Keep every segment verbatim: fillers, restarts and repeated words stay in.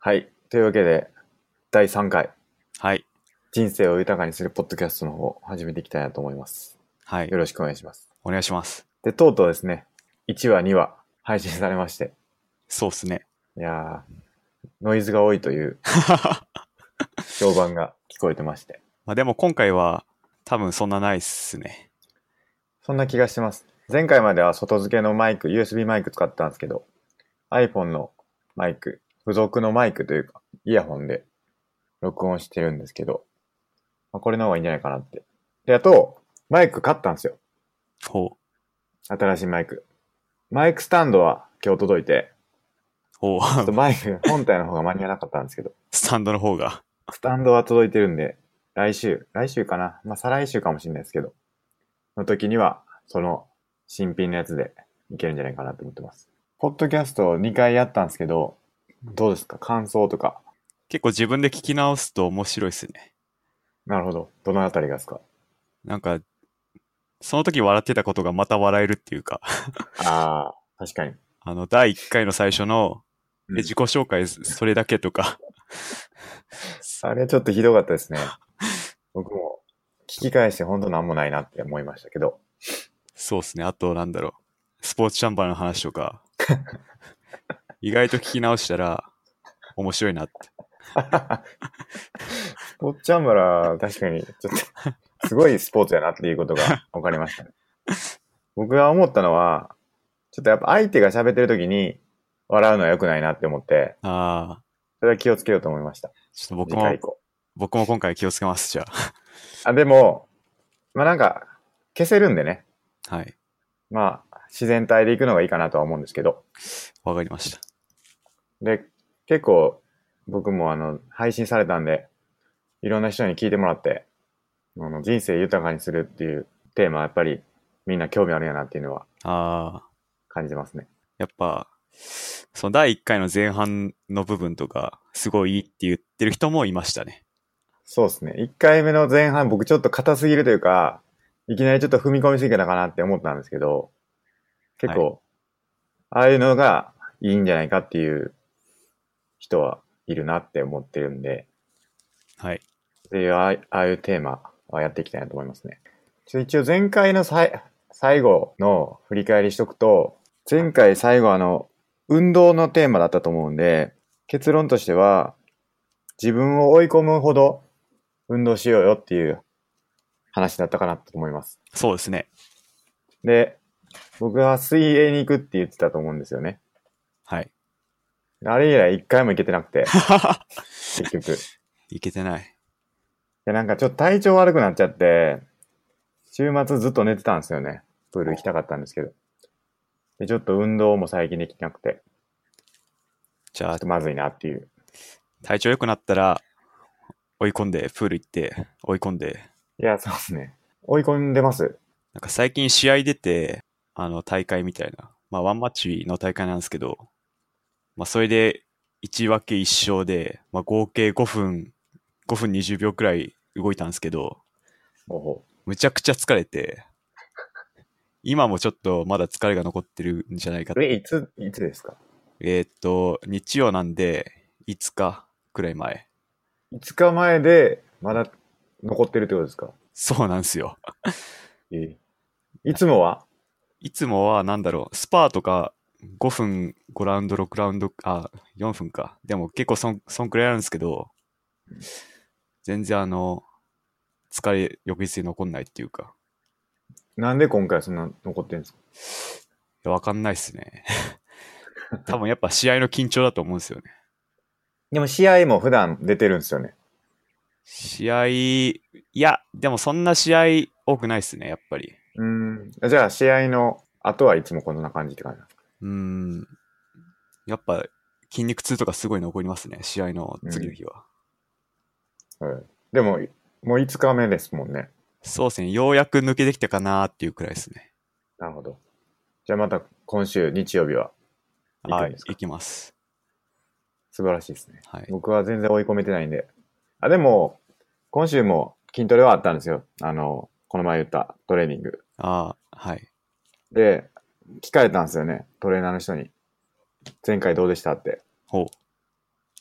はい。というわけで、だいさんかい、 はい。 人生を豊かにするポッドキャストの方を始めていきたいなと思います。 はい。 よろしくお願いします。 お願いします。 で、とうとうですね、いちわ、にわ配信されまして、 そうっすね。 いやー、ノイズが多いという評判が聞こえてまして、 まあでも今回は多分そんなないっすね。 そんな気がしてます。前回までは外付けのマイク、ユーエスビー マイク使ってたんですけど、iPhone のマイク、付属のマイクというか、イヤホンで録音してるんですけど、まあ、これの方がいいんじゃないかなって。で、あと、マイク買ったんですよ。 ほう。 新しいマイク。マイクスタンドは今日届いて、 ほう。 ちょっとマイク本体の方が間に合わなかったんですけど、 スタンドの方が。 スタンドは届いてるんで、来週、来週かな、まあ再来週かもしれないですけど、の時には、その新品のやつでいけるんじゃないかなと思ってます。ポッドキャストにかいやったんですけど、どうですか感想とか。 結構自分で聞き直すと面白いっすね。 なるほど。どのあたりがですか？ なんか、その時笑ってたことがまた笑えるっていうかああ、確かに。 あの、だいいっかいの最初の、え、 うん。 自己紹介それだけとかあれちょっとひどかったですね。僕も聞き返して本当なんもないなって思いましたけど。 そうっすね。あとなんだろう。スポーツチャンバーの話とか、意外と聞き直したら面白いなって。 スポッチャンバラ、確かに、ちょっと、すごいスポーツやなっていうことが分かりましたね。僕が思ったのは、ちょっとやっぱ相手が喋ってる時に笑うのは良くないなって思って、 ああ、 それは気をつけようと思いました。 ちょっと僕も、 次回以降。 僕も今回気をつけます、じゃあ。 あ、でも、まあなんか、消せるんでね。 はい。 まあ、自然体で行くのがいいかなとは思うんですけど。 わかりました。 で、結構、僕もあの、配信されたんで、いろんな人に聞いてもらって、あの人生豊かにするっていうテーマはやっぱりみんな興味あるんやなっていうのはああ、 感じますね。 やっぱ、そのだいいっかいの前半の部分とか、すごいいいって言ってる人もいましたね。 そうですね。いっかいめの前半僕ちょっと硬すぎるというか、いきなりちょっと踏み込みすぎたかなって思ったんですけど、結はい。 構、ああいうのがいいんじゃないかっていう人はいるなって思ってるんで、 はい。 っていうああああいうテーマはやっていきたいなと思いますね。ちょ一応前回のさい最後の振り返りしとくと、前回最後あの、運動のテーマだったと思うんで、結論としては、自分を追い込むほど運動しようよっていう話だったかなと思います。 そうですね。 で、僕は水泳に行くって言ってたと思うんですよね。 はい。 あれ以来一回も行けてなくて、結局。 いけてない。 で、なんかちょっと体調悪くなっちゃって、週末ずっと寝てたんですよね。プール行きたかったんですけど。で、ちょっと運動も最近できなくて、 じゃあ、 ちょっとまずいなっていう。 体調良くなったら、追い込んで、プール行って、追い込んで。 いや、そうですね。追い込んでます。 なんか最近試合出て、あの、大会みたいな。まあ、ワンマッチの大会なんですけど、まあ、それで、いち分けいち勝で、まあ、合計ごふん、ごふんにじゅうびょうくらい動いたんですけど、 おほむちゃくちゃ疲れて、今もちょっとまだ疲れが残ってるんじゃないか。 う。え、いつ、いつですか？ えーっと、日曜なんで、いつかくらい前。 いつかまえで、まだ残ってるってことですか？ そうなんですよ。 えいつもはいつもは、なんだろう、スパーとかごふん、ごラウンド、ろくラウンド、あ、よんぷんか。でも結構そん、そんくらいあるんですけど、全然あの、疲れ、翌日に残んないっていうか、 なんで今回そんな残ってるんですか？ いやわかんないっすね。多分やっぱ試合の緊張だと思うんですよね。 でも試合も普段出てるんですよね。 試合、いや、でもそんな試合多くないっすね、やっぱり。 うーん。じゃあ試合の後はいつもこんな感じって感じなんですか？ うーん、やっぱ筋肉痛とかすごい残りますね、試合のうん。 次の日は。 はい。でも、もういつかめですもんね。 そうですね、ようやく抜けてきたかなーっていうくらいですね。 なるほど。じゃあまた今週日曜日は行くはい、行んですか？ きます。 素晴らしいですね。 はい。 僕は全然追い込めてないんで。あ、でも、今週も筋トレはあったんですよ。あの、この前言ったトレーニング。 ああ、はい。 で、聞かれたんですよね。トレーナーの人に。前回どうでしたって。 ほう。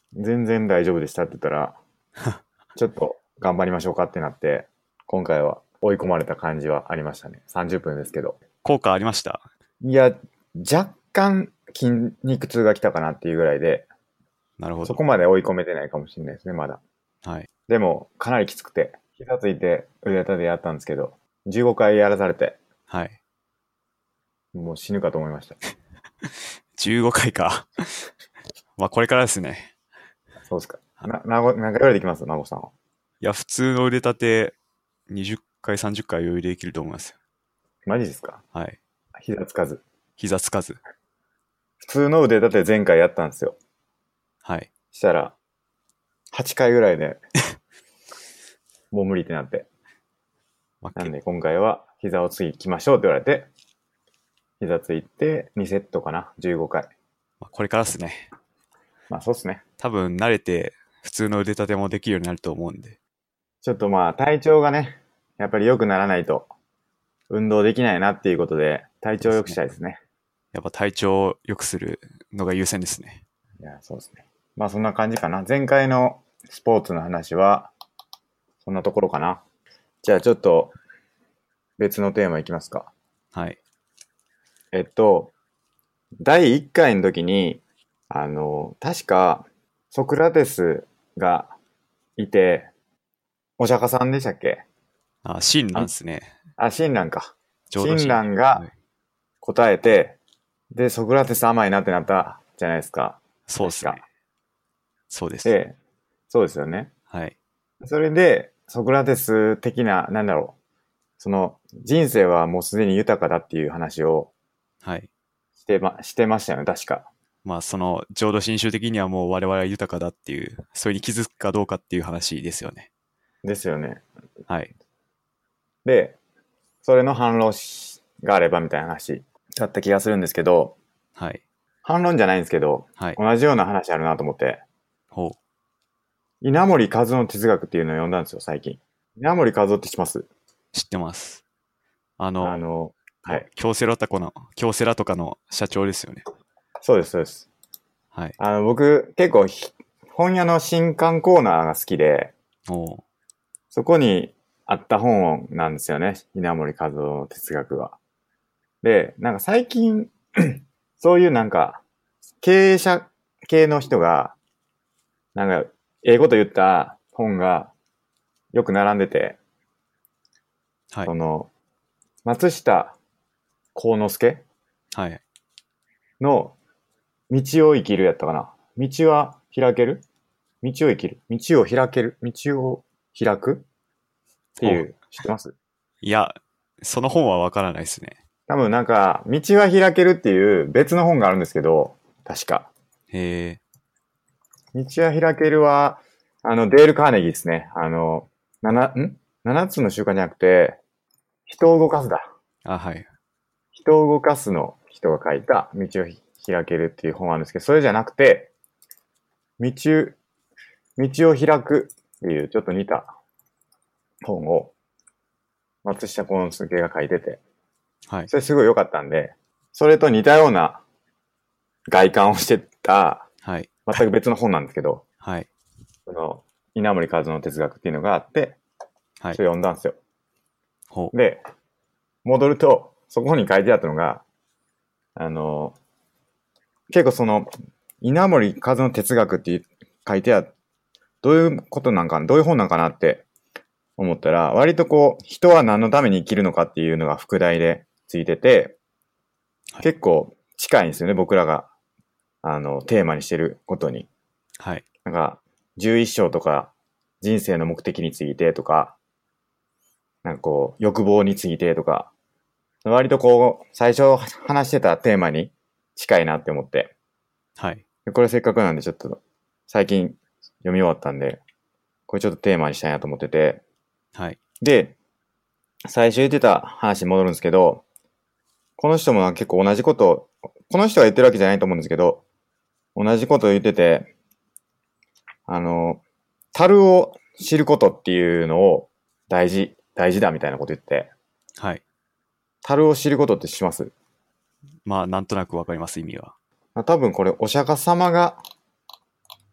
全然大丈夫でしたって言ったら、ちょっと頑張りましょうかってなって、今回は追い込まれた感じはありましたね。さんじゅっぷんですけど。 効果ありました？ いや、若干筋肉痛が来たかなっていうぐらいで、 なるほど。 そこまで追い込めてないかもしれないですね、まだ。 はい。 でも、かなりきつくて、膝ついて腕立てでやったんですけど、じゅうごかいやらされて、 はい。 もう死ぬかと思いました。 じゅうごかいか。まあこれからですね。 そうですか。な、なご、何回ぐらいできますなごさんは。 いや、普通の腕立てにじゅっかい、さんじゅっかい余裕でできると思いますよ。 マジですか？ はい。 膝つかず。 膝つかず。 普通の腕立て前回やったんですよ。 はい。 したら、はちかいぐらいで、もう無理ってなって。 まあ、 なんで今回は膝をつきましょうって言われて、膝ついてにセットかな、じゅうごかい。 まあ、これからですね。 まあそうっすね。 多分慣れて普通の腕立てもできるようになると思うんで。 ちょっとまあ体調がね、やっぱり良くならないと運動できないなっていうことで体調を良くしたいですね。 やっぱ体調を良くするのが優先ですね。 いや、そうですね。まあそんな感じかな。前回のスポーツの話はそんなところかな。じゃあちょっと別のテーマいきますか。 はい。 えっと、だいいっかいの時に、あの、確かソクラテスがいて、お釈迦さんでしたっけ？ あ、シンなんですね。 あ、親鸞か。親浄土真。 鸞が答えて、で、ソクラテス甘いなってなったじゃないですか。 そうですね確か。 そうです。 で、そうですよね。 はい。 それで、ソクラテス的な、なんだろう。その、人生はもうすでに豊かだっていう話をはい。 してま、してましたよね、確か。 まあその浄土真宗的にはもう我々は豊かだっていう、それに気づくかどうかっていう話ですよね。 ですよね。 はい。 で、それの反論しがあればみたいな話だった気がするんですけど、 はい。 反論じゃないんですけど、 はい。 同じような話あるなと思って、 ほう。 稲森和夫の哲学っていうのを読んだんですよ、最近。稲森和夫って知ってます？ 知ってます。あの、 あの、はい。 京セラとかの、京セラとかの社長ですよね。 そうです、そうです。 はい。 あの、僕、結構ひ、本屋の新刊コーナーが好きで、 おう。 そこにあった本なんですよね。稲森和夫の哲学が。で、なんか最近、そういうなんか、経営者系の人が、なんか、英語と言った本がよく並んでて、 はいそ。の、松下幸之助はい。 の道を生きるやったかな。道は開ける？道を生きる。道を開ける。道を開くっていう、知ってます？ いや、その本はわからないですね。 多分なんか、道は開けるっていう別の本があるんですけど、確か。 へえ。 道は開けるは、あの、デール・カーネギーですね。あの、七、ん ?なな つの習慣じゃなくて、人を動かすだ。 あ、はい。 人を動かすの人が書いた道を開けるっていう本があるんですけど、それじゃなくて、道、道を開くっていうちょっと似た本を松下幸之助が書いてて、 はい。 それすごい良かったんで、それと似たような外観をしてた、 はい。 全く別の本なんですけど、 はい。 その、稲森和夫の哲学っていうのがあって、 はい。 それ読んだんですよ。 ほう。 で、戻ると、そこに書いてあったのが、あの、結構その、稲森和夫の哲学って書いてある、どういうことなんかな、どういう本なんかなって思ったら、割とこう、人は何のために生きるのかっていうのが副題でついてて、 はい結構近いんですよね、僕らが、あの、テーマにしてることに。 はい。 なんか、じゅういっ章とか、人生の目的についてとか、なんかこう、欲望についてとか、割とこう、最初話してたテーマに近いなって思って。 はい。 これせっかくなんでちょっと、最近読み終わったんで、これちょっとテーマにしたいなと思ってて。 はい。 で、最初言ってた話に戻るんですけど、この人も結構同じことを、この人が言ってるわけじゃないと思うんですけど、同じことを言ってて、あの、樽を知ることっていうのを大事、大事だみたいなこと言って、 はい。 樽を知ることってします？ まあ、なんとなくわかります、意味は。 多分これお釈迦様が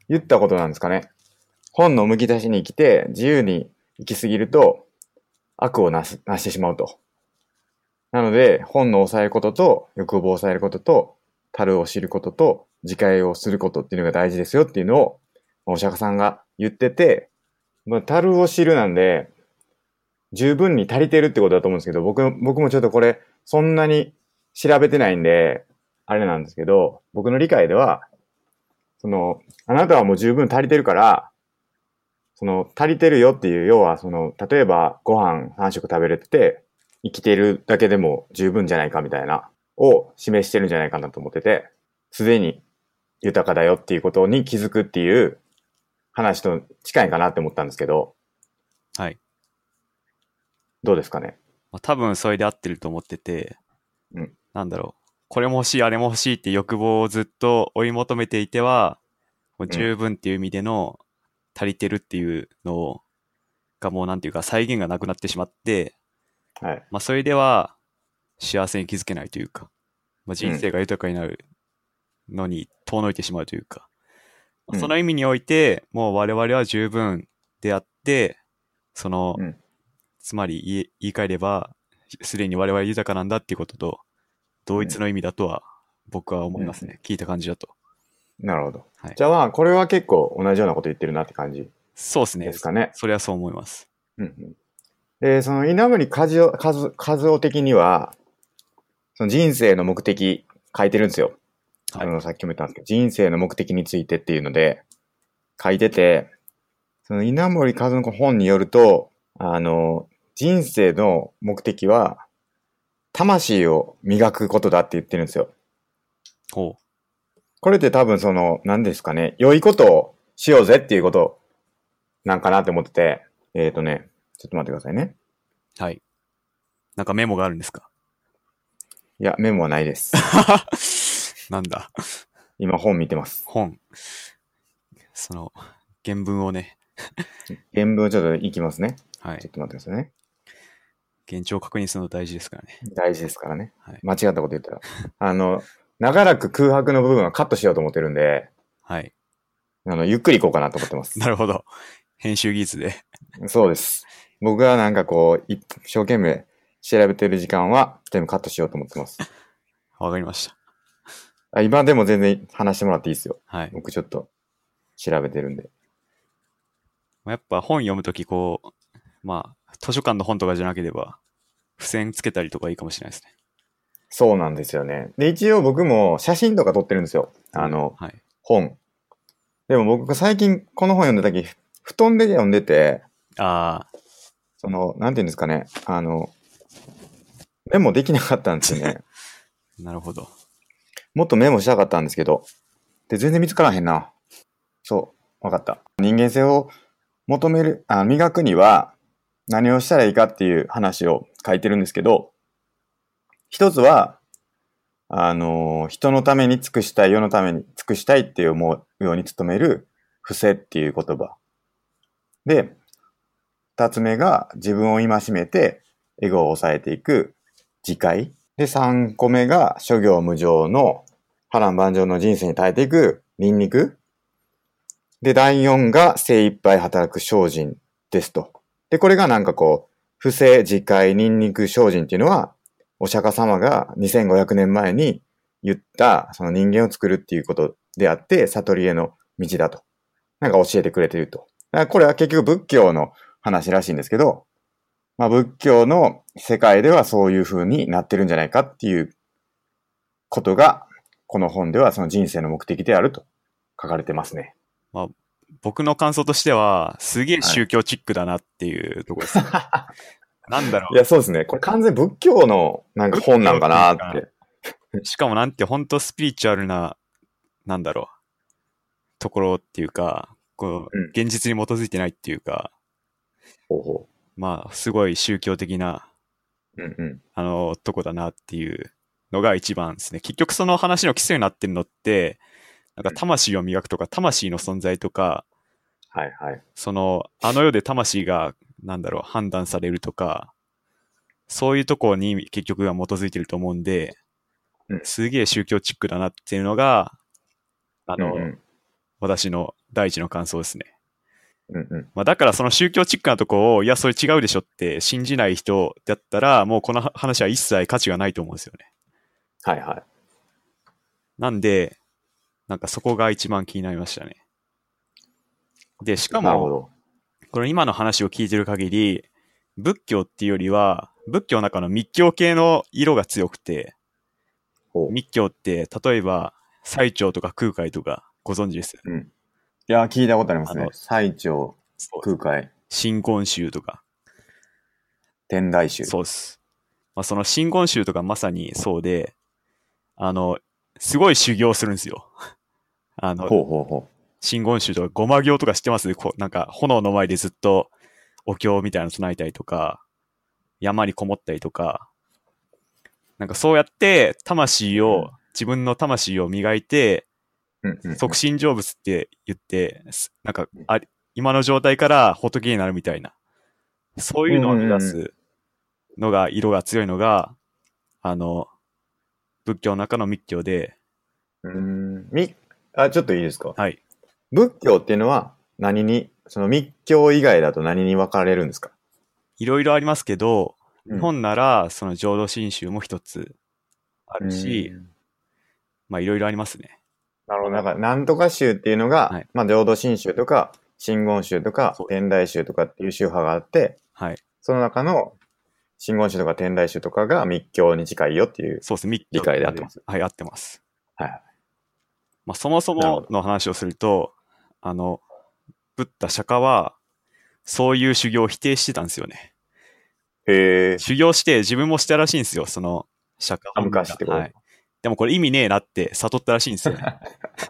言ったことなんですかね。本のむき出しに生きて自由に生きすぎると悪をなす、なしてしまうと。なので、本の抑えることと欲望を抑えることと、樽を知ることと自戒をすることっていうのが大事ですよっていうのを、お釈迦さんが言ってて、まあ、樽を知るなんで、十分に足りてるってことだと思うんですけど、僕、僕もちょっとこれ、そんなに調べてないんで、あれなんですけど、僕の理解では、その、あなたはもう十分足りてるから、その、足りてるよっていう、要は、その、例えば、ご飯さん食食べれてて、生きているだけでも十分じゃないかみたいな、を示してるんじゃないかなと思ってて、すでに豊かだよっていうことに気づくっていう話と近いかなって思ったんですけど、 はい。 どうですかね。 まあ、多分それで合ってると思ってて、 うん。 なんだろう。これも欲しい、あれも欲しいって欲望をずっと追い求めていては、もううん。 十分っていう意味での足りてるっていうのをがもうなんていうか再現がなくなってしまって、 はい。 まあそれでは幸せに気づけないというか、まあ、 うん。 人生が豊かになるのに遠のいてしまうというか、 うん。 その意味においてもう我々は十分であって、その、 うん。 つまり言い言い換えれば、すでに我々は豊かなんだっていうことと同うん。 一の意味だとは僕は思うん。 いますね。聞いた感じだと。 なるほど。 はい。 じゃあまあ、これは結構同じようなこと言ってるなって感じそうですね。 ですかね。 それはそう思います。 うんうん。で、その稲森和夫、和夫和夫的には、その人生の目的書いてるんですよ。あはい。 の、さっきも言ったんですけど、人生の目的についてっていうので書いてて、その稲森和夫の本によると、あの、人生の目的は、魂を磨くことだって言ってるんですよ。 ほこれって多分その、何ですかね、良いことをしようぜっていうことなんかなって思ってて、えっ、ー、とね、ちょっと待ってくださいね。 う。はい。なんかメモがあるんですか？ いや、メモはないです。 なんだ。 今本見てます。 本。その、原文をね、 原文ちょっといきますね。 はい。 ちょっと待ってくださいね。 現状を確認するの大事ですからね。 大事ですからね。 はい。 間違ったこと言ったら。あの、長らく空白の部分はカットしようと思ってるんで、 はい。 あの、ゆっくり行こうかなと思ってます。 なるほど。編集技術で。 そうです。僕がなんかこう、一生懸命調べてる時間は全部カットしようと思ってます。 わかりました。 あ、今でも全然話してもらっていいですよ。 はい。 僕ちょっと調べてるんで。 やっぱ本読むときこう、まあ、図書館の本とかじゃなければ、付箋つけたりとかいいかもしれないですね。 そうなんですよね。で、一応僕も写真とか撮ってるんですよ。あの、 はい。 本。でも僕が最近この本読んだ時、布団で読んでて、 ああ、 その、なんていうんですかね。あの、メモできなかったんですよね。 なるほど。 もっとメモしたかったんですけど。で、全然見つからへんな。そう、わかった。人間性を求める、あ、磨くには何をしたらいいかっていう話を書いてるんですけど、一つは、あのー人のために尽くしたい、世のために尽くしたいって思うように努める伏せっていう言葉。で、二つ目が自分を戒めてエゴを抑えていく自戒。で、三個目が諸行無常の波乱万丈の人生に耐えていく輪肉。で、だいよんが精一杯働く精進ですと。で、これがなんかこう、不正、自戒、ニンニク、精進っていうのは、お釈迦様がにせんごひゃくねんまえに言った、その人間を作るっていうことであって、悟りへの道だと。なんか教えてくれていると。だからこれは結局仏教の話らしいんですけど、まあ仏教の世界ではそういう風になってるんじゃないかっていうことが、この本ではその人生の目的であると書かれてますね。 まあ、僕の感想としては、すげえはい。 宗教チックだなっていうところですね。なんだろいや、そうですね。これ完全に仏教のなんう。 か仏教本なんかっていうか、 なって。 しかもなんて本当スピリチュアルな、なんだろう、ところっていうか、こう、 うん。 現実に基づいてないっていうか、 ほうほまあ、すごい宗教的な、 う。うんうん。 あの、とこだなっていうのが一番ですね。結局その話の基礎になってるのって、なんかうん。 魂を磨くとか、魂の存在とか、 はいはい。 その、あの世で魂が、なんだろう、判断されるとか、そういうところに結局が基づいてると思うんで、 うん。 すげえ宗教チックだなっていうのが、あの、 うんうん。 私の第一の感想ですね。 うんうん。 まあ、だからその宗教チックなとこを、いや、それ違うでしょって信じない人だったら、もうこの話は一切価値がないと思うんですよね。 はいはい。 なんで、なんかそこが一番気になりましたね。で、しかも、 なるほど。 この今の話を聞いてる限り、仏教っていうよりは、仏教の中の密教系の色が強くて、 ほ密教って例えば最澄とか空海とかご存知です。 う。うん。いや、聞いたことありますねあの。 最澄、 そう空海、 真言宗とか。 天台宗。 そうです。まあ、その真言宗とかまさにそうで、あの、すごい修行するんですよ。あの、 ほうほうほ真言宗とかごま行とか知ってます？こうなんか炎の前でずっとお経みたいなの唱えたりとか、山にこもったりとか、なんかそうやって魂を、 うん自分の魂を磨いて、 う。うんうんうん。 即身成仏って言って、すなんかあ今の状態から仏になるみたいな、そういうのを目指すのが、色が強いのが、あの、仏教の中の密教で、 うーん。み、あ、ちょっといいですか？ はい。 仏教っていうのは何に、その密教以外だと何に分かれるんですか？ いろいろありますけど、 うん日本なら、その浄土真宗も一つあうるし、 ーん。 まあいろいろありますね。 なるほど。なんか、なんとか宗っていうのが、 はいまあ、浄土真宗とか、真言宗とかそう、 天台宗とかっていう宗派があって、 はい。 その中の真言宗とか天台宗とかが密教に近いよっていう。 そうですね。密教理解で合ってますはい、合ってます。 はい。 まあそもそなるほどもの話をすると、あの、ブッダ釈迦は、そういう修行を否定してたんですよね。 へえ。 修行して自分もしたらしいんですよ、その釈迦あ、 本人が昔ってこと？ はい。でもこれ意味ねえなって悟ったらしいんですよね。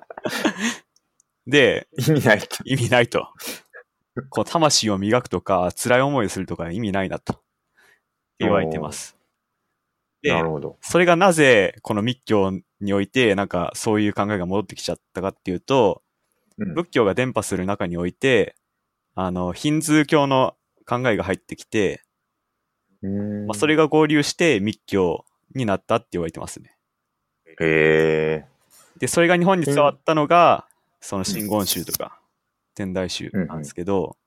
で、 意味ないって。 意味ないと。こう魂を磨くとか、辛い思いをするとか意味ないなと言われてます。で、 なるほど。 それがなぜこの密教においてなんかそういう考えが戻ってきちゃったかっていうと、 うん。 仏教が伝播する中において、あの、ヒンズー教の考えが入ってきて、 うーんまあ、それが合流して密教になったって言われてますね。 へえ。 で、それが日本に伝わったのが、その真言宗とか天台宗なんですけど、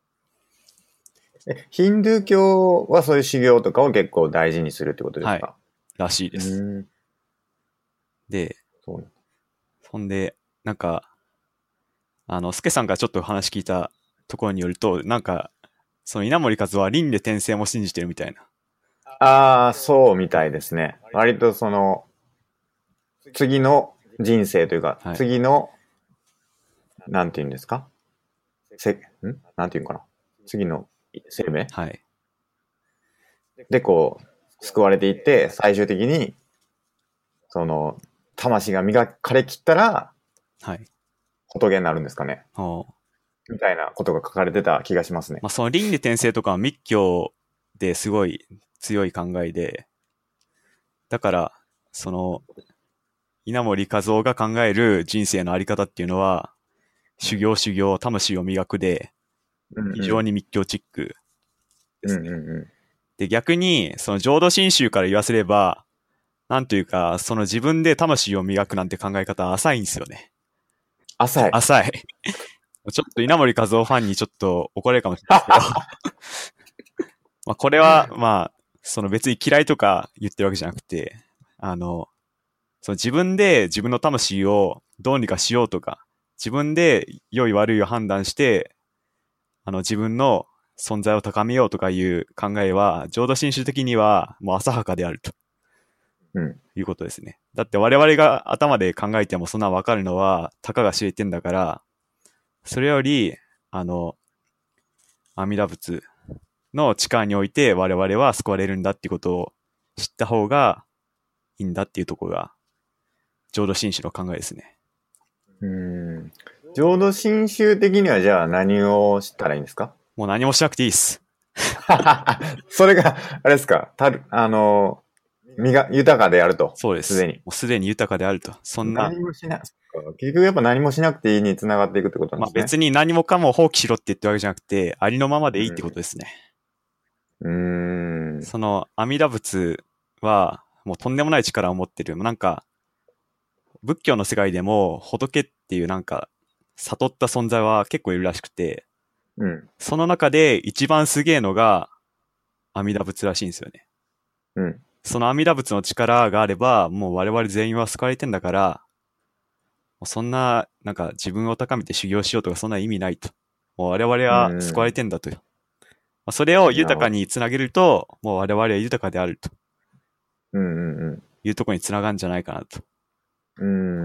え、ヒンドゥー教はそういう修行とかを結構大事にするってことですか？ らしいです。 うーん。 で、 そうなんそんで、なんか、あの、スケさんがちょっと話聞いたところによると、なんか、その稲森和夫は輪廻転生も信じてるみたいな。 ああ、そうみたいですね。割とその、次の人生というか、 はい次の、なんて言うんですか？せ、んなんて言うのかな？次の生命はい。 でこう、救われていって、最終的に、その、魂が磨かれきったら、 はい。 仏になるんですかね。 おみたいなことが書かれてた気がしますね。 まあ、その輪廻転生とかは密教ですごい強い考えで、だから、その、稲森和夫が考える人生のあり方っていうのは、修行修行、魂を磨くで、 うんうん、 非常に密教チックですね。 うんうんうで、逆に、その浄土真宗から言わせれば、なんというか、その自分で魂を磨くなんて考え方は浅いんですよね。 浅い。 浅い。ちょっと稲森和夫ファンにちょっと怒られるかもしれないですけど、まあこれは、まあ、その別に嫌いとか言ってるわけじゃなくて、あの、その自分で自分の魂をどうにかしようとか、自分で良い悪いを判断して、あの自分の存在を高めようとかいう考えは、浄土真宗的にはもう浅はかであるとうんいうことですね。だって我々が頭で考えてもそんなわかるのは、たかが知れてんだから、それより、あの、阿弥陀仏の力において我々は救われるんだっていうことを知った方がいいんだっていうところが、浄土真宗の考えですね。 うーん。浄土真宗的にはじゃあ何を知ったらいいんですか？ もう何もしなくていいっす。 それが、あれですか？たる、あの、身が豊かであると。 そうです。 すでに。 もうすでに豊かであると。そんな、 何もしない。結局やっぱ何もしなくていいに繋がっていくってことなんまあですね。 別に何もかも放棄しろって言ってるわけじゃなくて、ありのままでいいってことですね。 うーん。 その阿弥陀仏はもうとんでもない力を持ってる。なんか、仏教の世界でも仏っていうなんか、 悟った存在は結構いるらしくて、 うん。 その中で一番すげえのが阿弥陀仏らしいんですよね。 うん。 その阿弥陀仏の力があれば、もう我々全員は救われてんだから、もうそんな、なんか自分を高めて修行しようとかそんな意味ないと。もう我々は救われてんだと。まあそれを豊かにつなげると、もう我々は豊かであると。 うんうんうん。 いうところにつながるんじゃないかなと。 うん。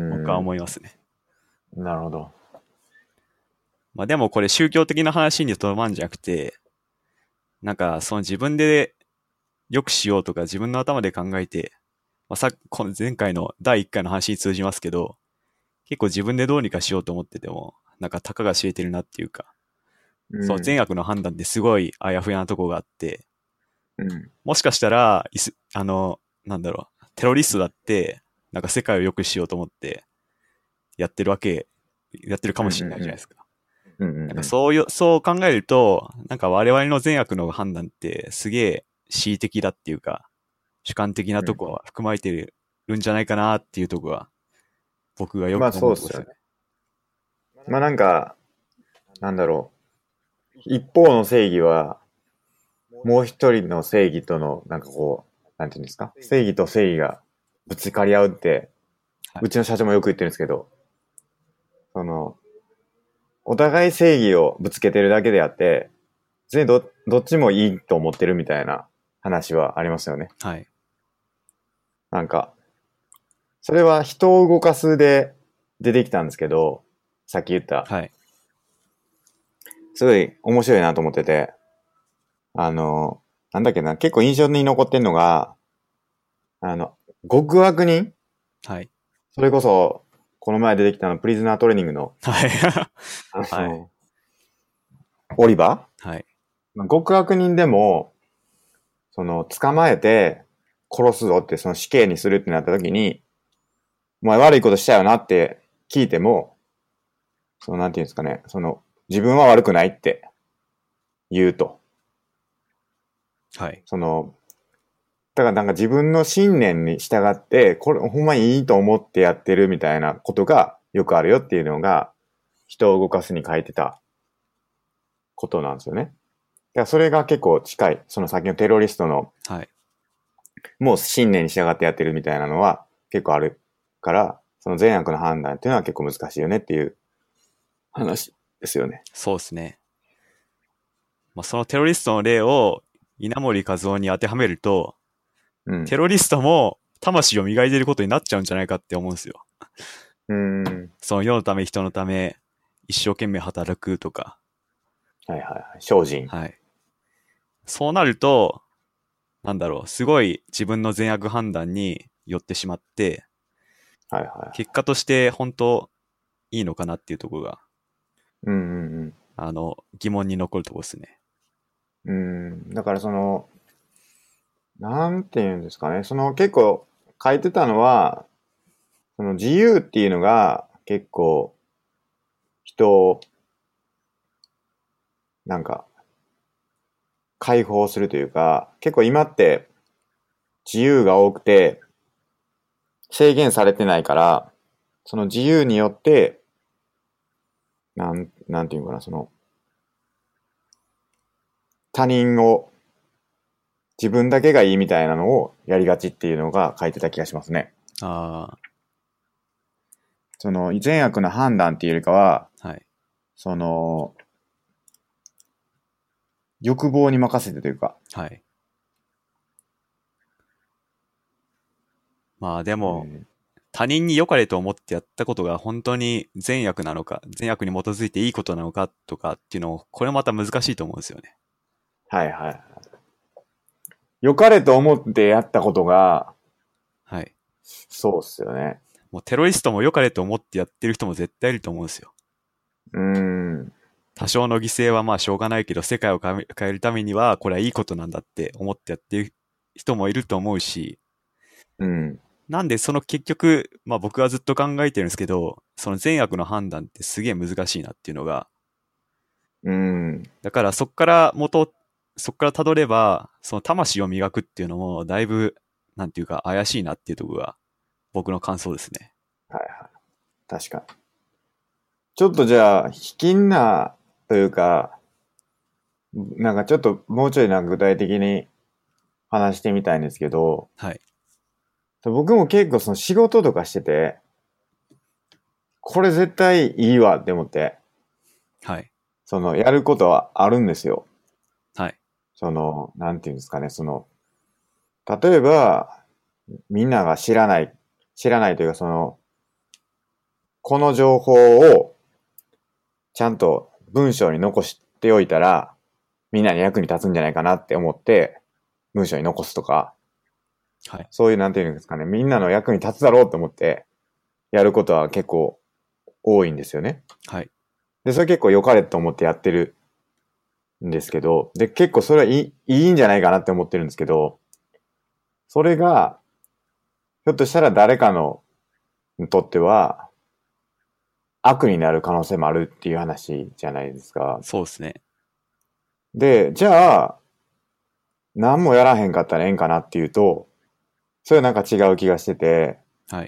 僕は思いますね。 なるほど。 まあでもこれ宗教的な話にとどまるんじゃなくて、なんかその自分で良くしようとか自分の頭で考えて、まあ、さこの前回のだいいっかいの話に通じますけど、結構自分でどうにかしようと思ってても、なんかたかが知れてるなっていうか、 うん、 その善悪の判断ってすごいあやふやなとこがあって、 うん、 もしかしたら、いすあの、なんだろう、テロリストだって、なんか世界を良くしようと思って、やってるわけ、やってるかもしれないじゃないですか。 うんうんうん、 なんかそういう、そう考えると、なんか我々の善悪の判断ってすげえ恣意的だっていうか、主観的なとこは含まれてるんじゃないかなっていうとこは、僕がよく思うところですよね。 まあそうっすよね。まあなんか、なんだろう。一方の正義は、もう一人の正義との、なんかこう、なんていうんですか。正義と正義がぶつかり合うって、はい、うちの社長もよく言ってるんですけど、その、お互い正義をぶつけてるだけであって、全然ど、どっちもいいと思ってるみたいな話はありますよね。 はい。 なんか、それは人を動かすで出てきたんですけど、さっき言った。 はい。 すごい面白いなと思ってて、あの、なんだっけな、結構印象に残ってんのが、あの、極悪人？ はい。 それこそ、この前出てきたの、プリズナートレーニングの、 はい。 あの、 はい、 オリバーはい。 極悪人でも、その、捕まえて、殺すぞって、その死刑にするってなった時に、お前悪いことしたよなって聞いても、その、なんていうんですかね、その、自分は悪くないって言うと。 はい。 その、だからなんか自分の信念に従って、これほんまにいいと思ってやってるみたいなことがよくあるよっていうのが、人を動かすに書いてたことなんですよね。だからそれが結構近い。その先のテロリストの、 はい。 もう信念に従ってやってるみたいなのは結構あるから、その善悪の判断っていうのは結構難しいよねっていう話ですよね。 そうですね。まあ、そのテロリストの例を稲森和夫に当てはめると、うん、テロリストも魂を磨いていることになっちゃうんじゃないかって思うんですよ。 うん。 その世のため人のため一生懸命働くとか。 はいはいはい。精進。 はい。そうなると、なんだろう、すごい自分の善悪判断によってしまって、 はいはい。 結果として本当いいのかなっていうところが、 うんうんうん。 あの、疑問に残るところですね。 うん。だからその、なんて言うんですかね。その結構書いてたのは、その自由っていうのが結構人をなんか解放するというか、結構今って自由が多くて制限されてないから、その自由によって、なん、なんていうのかな、その他人を自分だけがいいみたいなのをやりがちっていうのが書いてた気がしますね。 ああ。 その善悪の判断っていうよりかは、 はい。 その、欲望に任せてというか。 はい。まあでも、えー、他人に良かれと思ってやったことが本当に善悪なのか、善悪に基づいていいことなのかとかっていうのを、これまた難しいと思うんですよね。 はいはい。良かれと思ってやったことが、 はい。 そうっすよね。 もうテロリストも良かれと思ってやってる人も絶対いると思うんですよ。 うーん。 多少の犠牲はまあしょうがないけど、世界を変えるためにはこれはいいことなんだって思ってやってる人もいると思うし、 うん。 なんでその結局、まあ僕はずっと考えてるんですけど、その善悪の判断ってすげえ難しいなっていうのが、 うん。 だからそっから元、そっから辿れば、その魂を磨くっていうのもだいぶ、なんていうか怪しいなっていうところが僕の感想ですね。 はいはい。確かに。 ちょっとじゃあ、卑近なというか、なんかちょっともうちょいなんか具体的に話してみたいんですけど、 はい。 僕も結構その仕事とかしてて、これ絶対いいわって思って、 はい。 そのやることはあるんですよ。 はい。 その、なんていうんですかね、その、例えば、みんなが知らない、知らないというかその、この情報をちゃんと文章に残しておいたら、みんなに役に立つんじゃないかなって思って、文章に残すとか、 はい。 そういうなんていうんですかね、みんなの役に立つだろうと思って、やることは結構多いんですよね。 はい。 で、それ結構良かれと思ってやってるんですけど、で、結構それはいい、いいんじゃないかなって思ってるんですけど、それが、ひょっとしたら誰かのにとっては悪になる可能性もあるっていう話じゃないですか。 そうですね。 で、じゃあ、何もやらへんかったらええんかなっていうと、それはなんか違う気がしてて、 はい。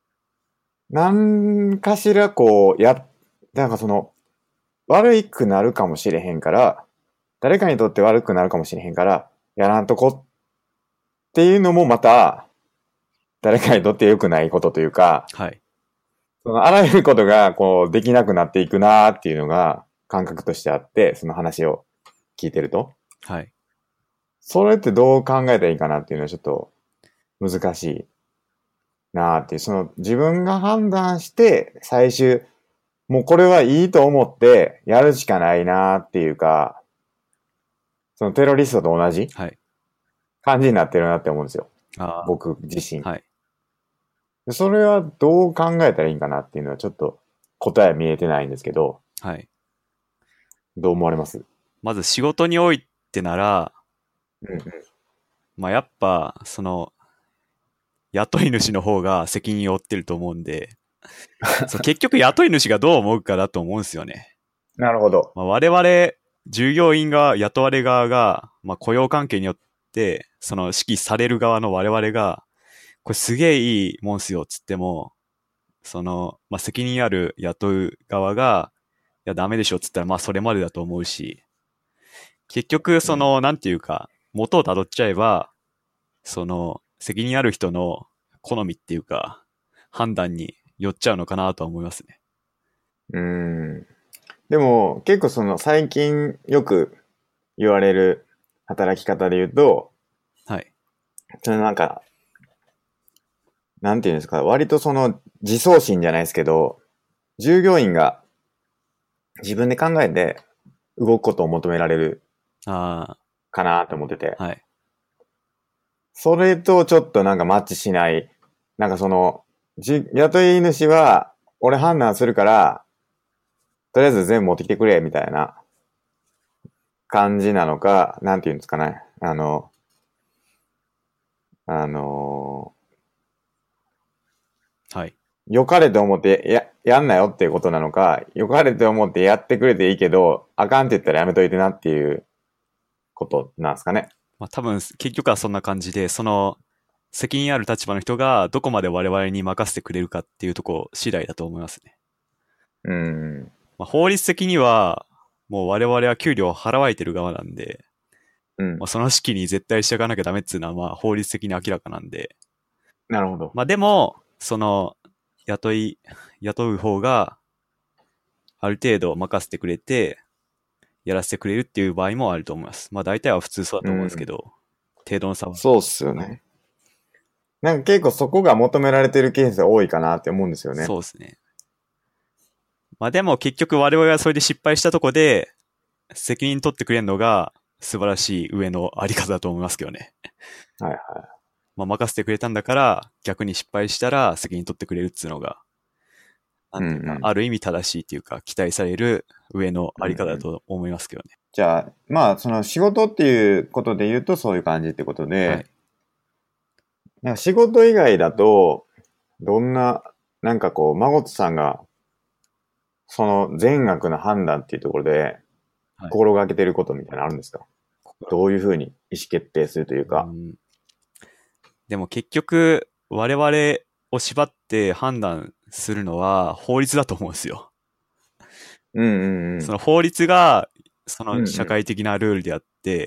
何かしらこう、や、なんかその、悪くなるかもしれへんから、誰かにとって悪くなるかもしれへんから、やらんとこっていうのもまた、誰かにとって良くないことというか、 はい。 そのあらゆることがこうできなくなっていくなーっていうのが感覚としてあって、その話を聞いてると。 はい。 それってどう考えたらいいかなっていうのはちょっと難しいなーっていう、その自分が判断して最終、もうこれはいいと思ってやるしかないなーっていうか、そのテロリストと同じはい。 感じになってるなって思うんですよ。 あ僕自身。 あ。はい。 でそれはどう考えたらいいんかなっていうのはちょっと答え見えてないんですけど、 はい。 どう思われます？ まず仕事においてなら、 うんうん。 まあ、やっぱ、その、雇い主の方が責任を負ってると思うんで、そう結局雇い主がどう思うかだと思うんですよね。 なるほど。 まあ、我々、従業員が、雇われ側が、まあ、雇用関係によって、その指揮される側の我々が、これすげえいいもんっすよ、つっても、その、まあ、責任ある雇う側が、いや、ダメでしょ、つったら、まあ、それまでだと思うし、結局、 うん。 その、なんていうか、元を辿っちゃえば、その、責任ある人の好みっていうか、判断によっちゃうのかなとは思いますね。 うーん。でも、結構その最近よく言われる働き方で言うと、 はい。 そのなんか、なんていうんですか、割とその自走心じゃないですけど、従業員が自分で考えて動くことを求められるあかなと思ってて、 あ、はい。 それとちょっとなんかマッチしない、なんかその、じ、雇い主は、俺判断するから、とりあえず全部持ってきてくれ、みたいな感じなのか、なんていうんですかね。あの、あのはい。 ー良かれと思ってや、やんなよっていうことなのか、良かれと思ってやってくれていいけど、あかんって言ったらやめといてなっていうことなんですかね。 まあ多分、結局はそんな感じで、その、責任ある立場の人がどこまで我々に任せてくれるかっていうところ次第だと思いますね。 うん。 まあ、法律的には、もう我々は給料を払われてる側なんで、 うん。 まあ、その指揮に絶対従わなきゃダメっていうのはまあ法律的に明らかなんで、 なるほど。 まあでも、その、雇い、雇う方がある程度任せてくれて、やらせてくれるっていう場合もあると思います。まあ大体は普通そうだと思うんですけうん。 ど、程度の差は。 そうっすよね。なんか結構そこが求められてるケースが多いかなって思うんですよね。 そうですね。まあでも結局我々がそれで失敗したとこで、責任取ってくれるのが素晴らしい上のあり方だと思いますけどね。 はいはまあ任せてくれたんだから、逆に失敗したら責任取ってくれるっていうのが、ない。うんんていうか、 うん。 ある意味正しいっていうか、期待される上のあり方だうんうん。 と思いますけどね。 じゃあ、まあ、その仕事っていうことで言うとそういう感じってことで、 はい。 なんか仕事以外だと、どんな、なんかこう、マゴトさんが、その善悪の判断っていうところで、 はい。 心がけてることみたいなのあるんですか？どういうふうに意思決定するというか。 うん。でも結局、我々を縛って判断するのは法律だと思うんですよ。 うんうんうん。 その法律が、そうんうん。 の社会的なルールであって、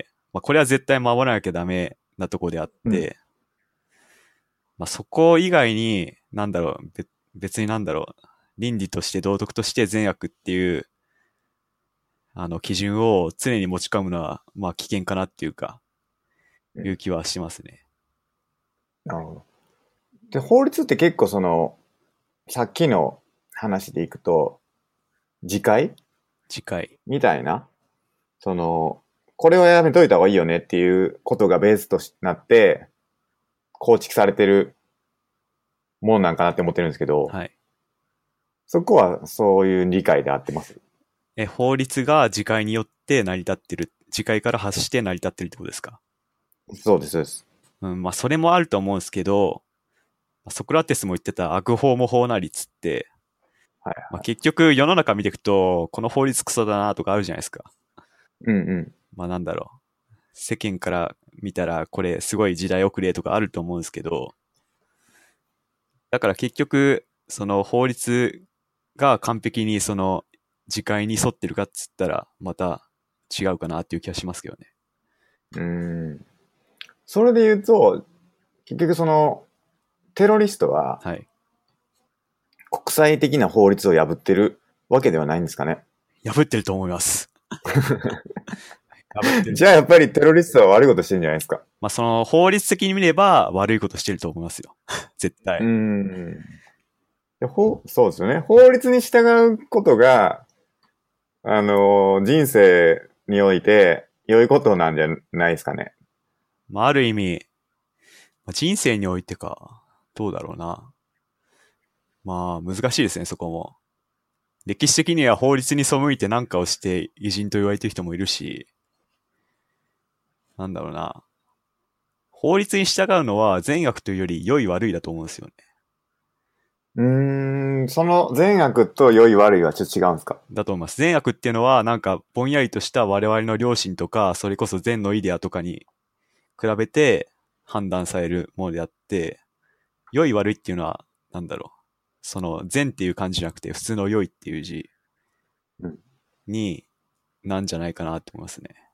まあこれは絶対守らなきゃダメなとこであっうん。 て、まあそこ以外に、なんだろう、べ別になんだろう、倫理として道徳として善悪っていう、あの基準を常に持ち込むのは、まあ危険かなっていうか、 うん。 いう気はしますね。 なるほど。で、法律って結構その、さっきの話でいくと、自戒次回。 みたいな、その、これはやめといた方がいいよねっていうことがベースとなって、構築されてるものなんかなって思ってるんですけど、 はい。 そこはそういう理解で合ってます？ え、法律が次回によって成り立ってる、次回から発して成り立ってるってことですか？ そうです、そうです。 うん、まあそれもあると思うんですけど、ソクラテスも言ってた悪法も法なりっつって、 はいまあ、 はい。 結局世の中見ていくと、この法律クソだなとかあるじゃないですか。 うんうん。 まあなんだろう。世間から見たらこれすごい時代遅れとかあると思うんですけど、だから結局、その法律が完璧にその時間に沿ってるかっつったら、また違うかなっていう気がしますけどね。 うーん。それで言うと、結局その、テロリストははい。 国際的な法律を破ってるわけではないんですかね。 破ってると思います。破ってる。 じゃあやっぱりテロリストは悪いことしてるんじゃないですか。 まあその法律的に見れば悪いことしてると思いますよ。絶うー対。 ん。でほそうですよね。法律に従うことが、あのー人生において良いことなんじゃないですかね。 まあある意味、まあ人生においてか、どうだろうな。まあ難しいですね、そこも。歴史的には法律に背いて何かをして偉人と言われてる人もいるし、なんだろうな。法律に従うのは善悪というより良い悪いだと思うんですよね。 うーん、その善悪と良い悪いはちょっと違うんですか？ だと思います。善悪っていうのはなんかぼんやりとした我々の良心とか、それこそ善のイデアとかに比べて判断されるものであって、良い悪いっていうのは、なんだろう。その善っていう漢字じゃなくて普通の良いっていう字うん。 になんじゃないかなって思いますね。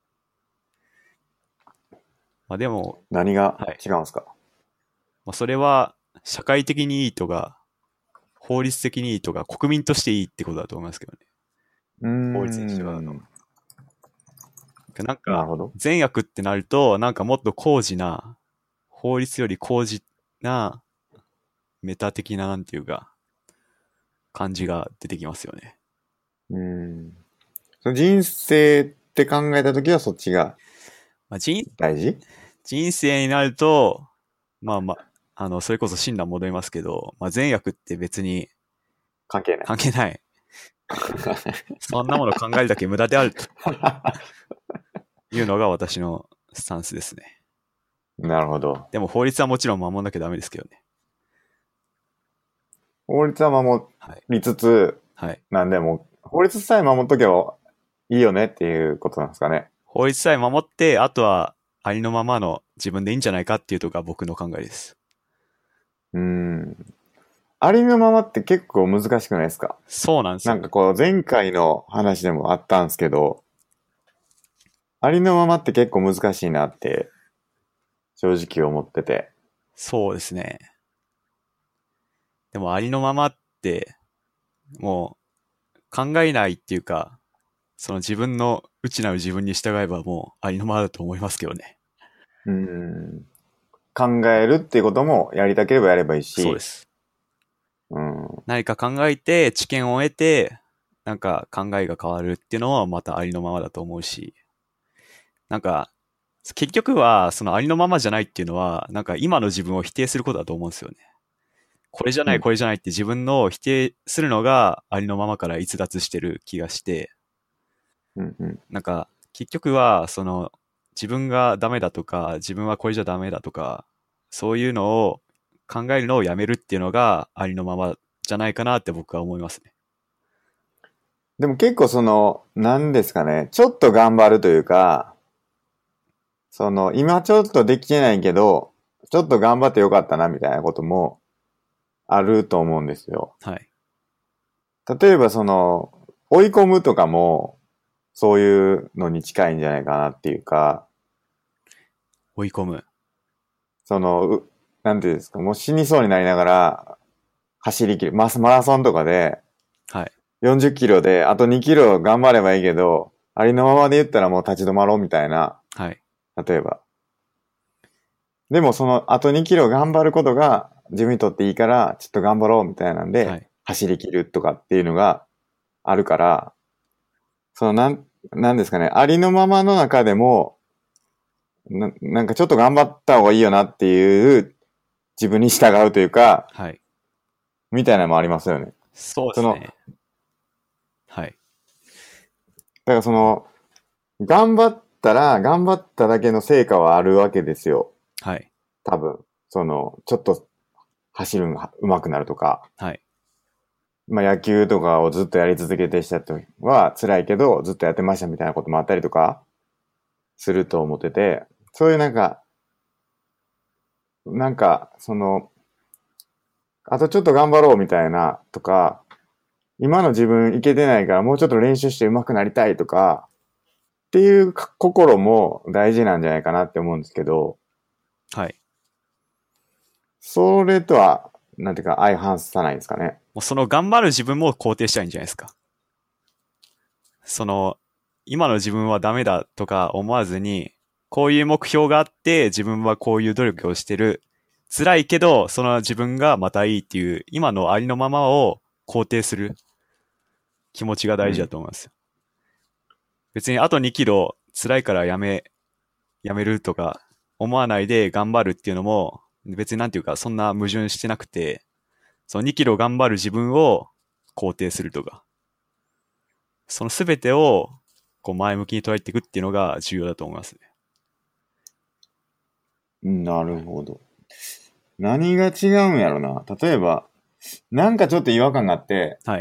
まあでも、 何がはい。 違うんですか？ まあそれは社会的にいいとか、法律的にいいとか、国民としていいってことだと思いますけどね。 うー法律に従うの。 ん。 なんか、 なるほど。 善悪ってなると、なんかもっと高次な、法律より高次な、メタ的ななんていうか、感じが出てきますよね。 うーん。その人生って考えたときはそっちがまあ、人、 大事？ 人生になると、まあまあ、あの、それこそ親鸞戻りますけど、まあ善悪って別に関係ない。 関係ない。そんなもの考えるだけ無駄であるというのが私のスタンスですね。 なるほど。 でも法律はもちろん守んなきゃダメですけどね。 法律は守はい。 りつつ、 はい。 なんでも、法律さえ守っとけばいいよねっていうことなんですかね。 法律さえ守って、あとはありのままの自分でいいんじゃないかっていうとが僕の考えです。 うーん。ありのままって結構難しくないですか？ そうなんですよね。 なんかこう前回の話でもあったんですけど、ありのままって結構難しいなって正直思ってて。 そうですね。でもありのままって、もう考えないっていうか、その自分の内なる自分に従えばもうありのままだと思いますけどね。 うーん。考えるっていうこともやりたければやればいいし、 そうです。 うん。 何か考えて知見を得て、なんか考えが変わるっていうのはまたありのままだと思うし、なんか結局はそのありのままじゃないっていうのは、なんか今の自分を否定することだと思うんですよね。これじゃない、 うん。 これじゃないって自分の否定するのがありのままから逸脱してる気がして、 うん。うん。 なんか結局はその自分がダメだとか、自分はこれじゃダメだとか、そういうのを考えるのをやめるっていうのがありのままじゃないかなって僕は思いますね。 でも結構その、なんですかね、ちょっと頑張るというか、その、今ちょっとできてないけど、ちょっと頑張ってよかったなみたいなこともあると思うんですよ。 はい。 例えばその、 追い込むとかも、そういうのに近いんじゃないかなっていうか、 追い込む。 その、うなんていうんですか、もう死にそうになりながら走り切る。マスマラソンとかではい。 よんじゅっキロであとにキロ頑張ればいいけど、ありのままで言ったらもう立ち止まろうみたいな、 はい。 例えば。でもそのあとにキロ頑張ることが自分にとっていいから、ちょっと頑張ろうみたいなんで、 はい。 走り切るとかっていうのがあるから、そのなん、なんですかね、ありのままの中でも、な、なんかちょっと頑張った方がいいよなっていう自分に従うというか、 はい。 みたいなのもありますよね。その、 そうですね。はい。 だからその、頑張ったら、頑張っただけの成果はあるわけですよ。 はい。 多分。その、ちょっと走るのが上手くなるとか。 はい。 まあ野球とかをずっとやり続けてした人は辛いけど、ずっとやってましたみたいなこともあったりとか、すると思ってて、そういうなんか、なんか、その、あとちょっと頑張ろうみたいなとか、今の自分いけてないからもうちょっと練習して上手くなりたいとか、っていう心も大事なんじゃないかなって思うんですけど、 はい。 それとは、なんていうか相反さないんですかね。 もうその頑張る自分も肯定したいんじゃないですか。その、今の自分はダメだとか思わずに、こういう目標があって自分はこういう努力をしてる。辛いけど、その自分がまたいいっていう、今のありのままを肯定する気持ちが大事だうん。 と思いますよ。別にあとにキロ辛いからやめ、やめるとか思わないで頑張るっていうのも、別になんていうかそんな矛盾してなくて、そのにキロ頑張る自分を肯定するとか、そのすべてをこう前向きに捉えていくっていうのが重要だと思いますね。 なるほど。何が違うんやろな。例えば、なんかちょっと違和感があって、 はい。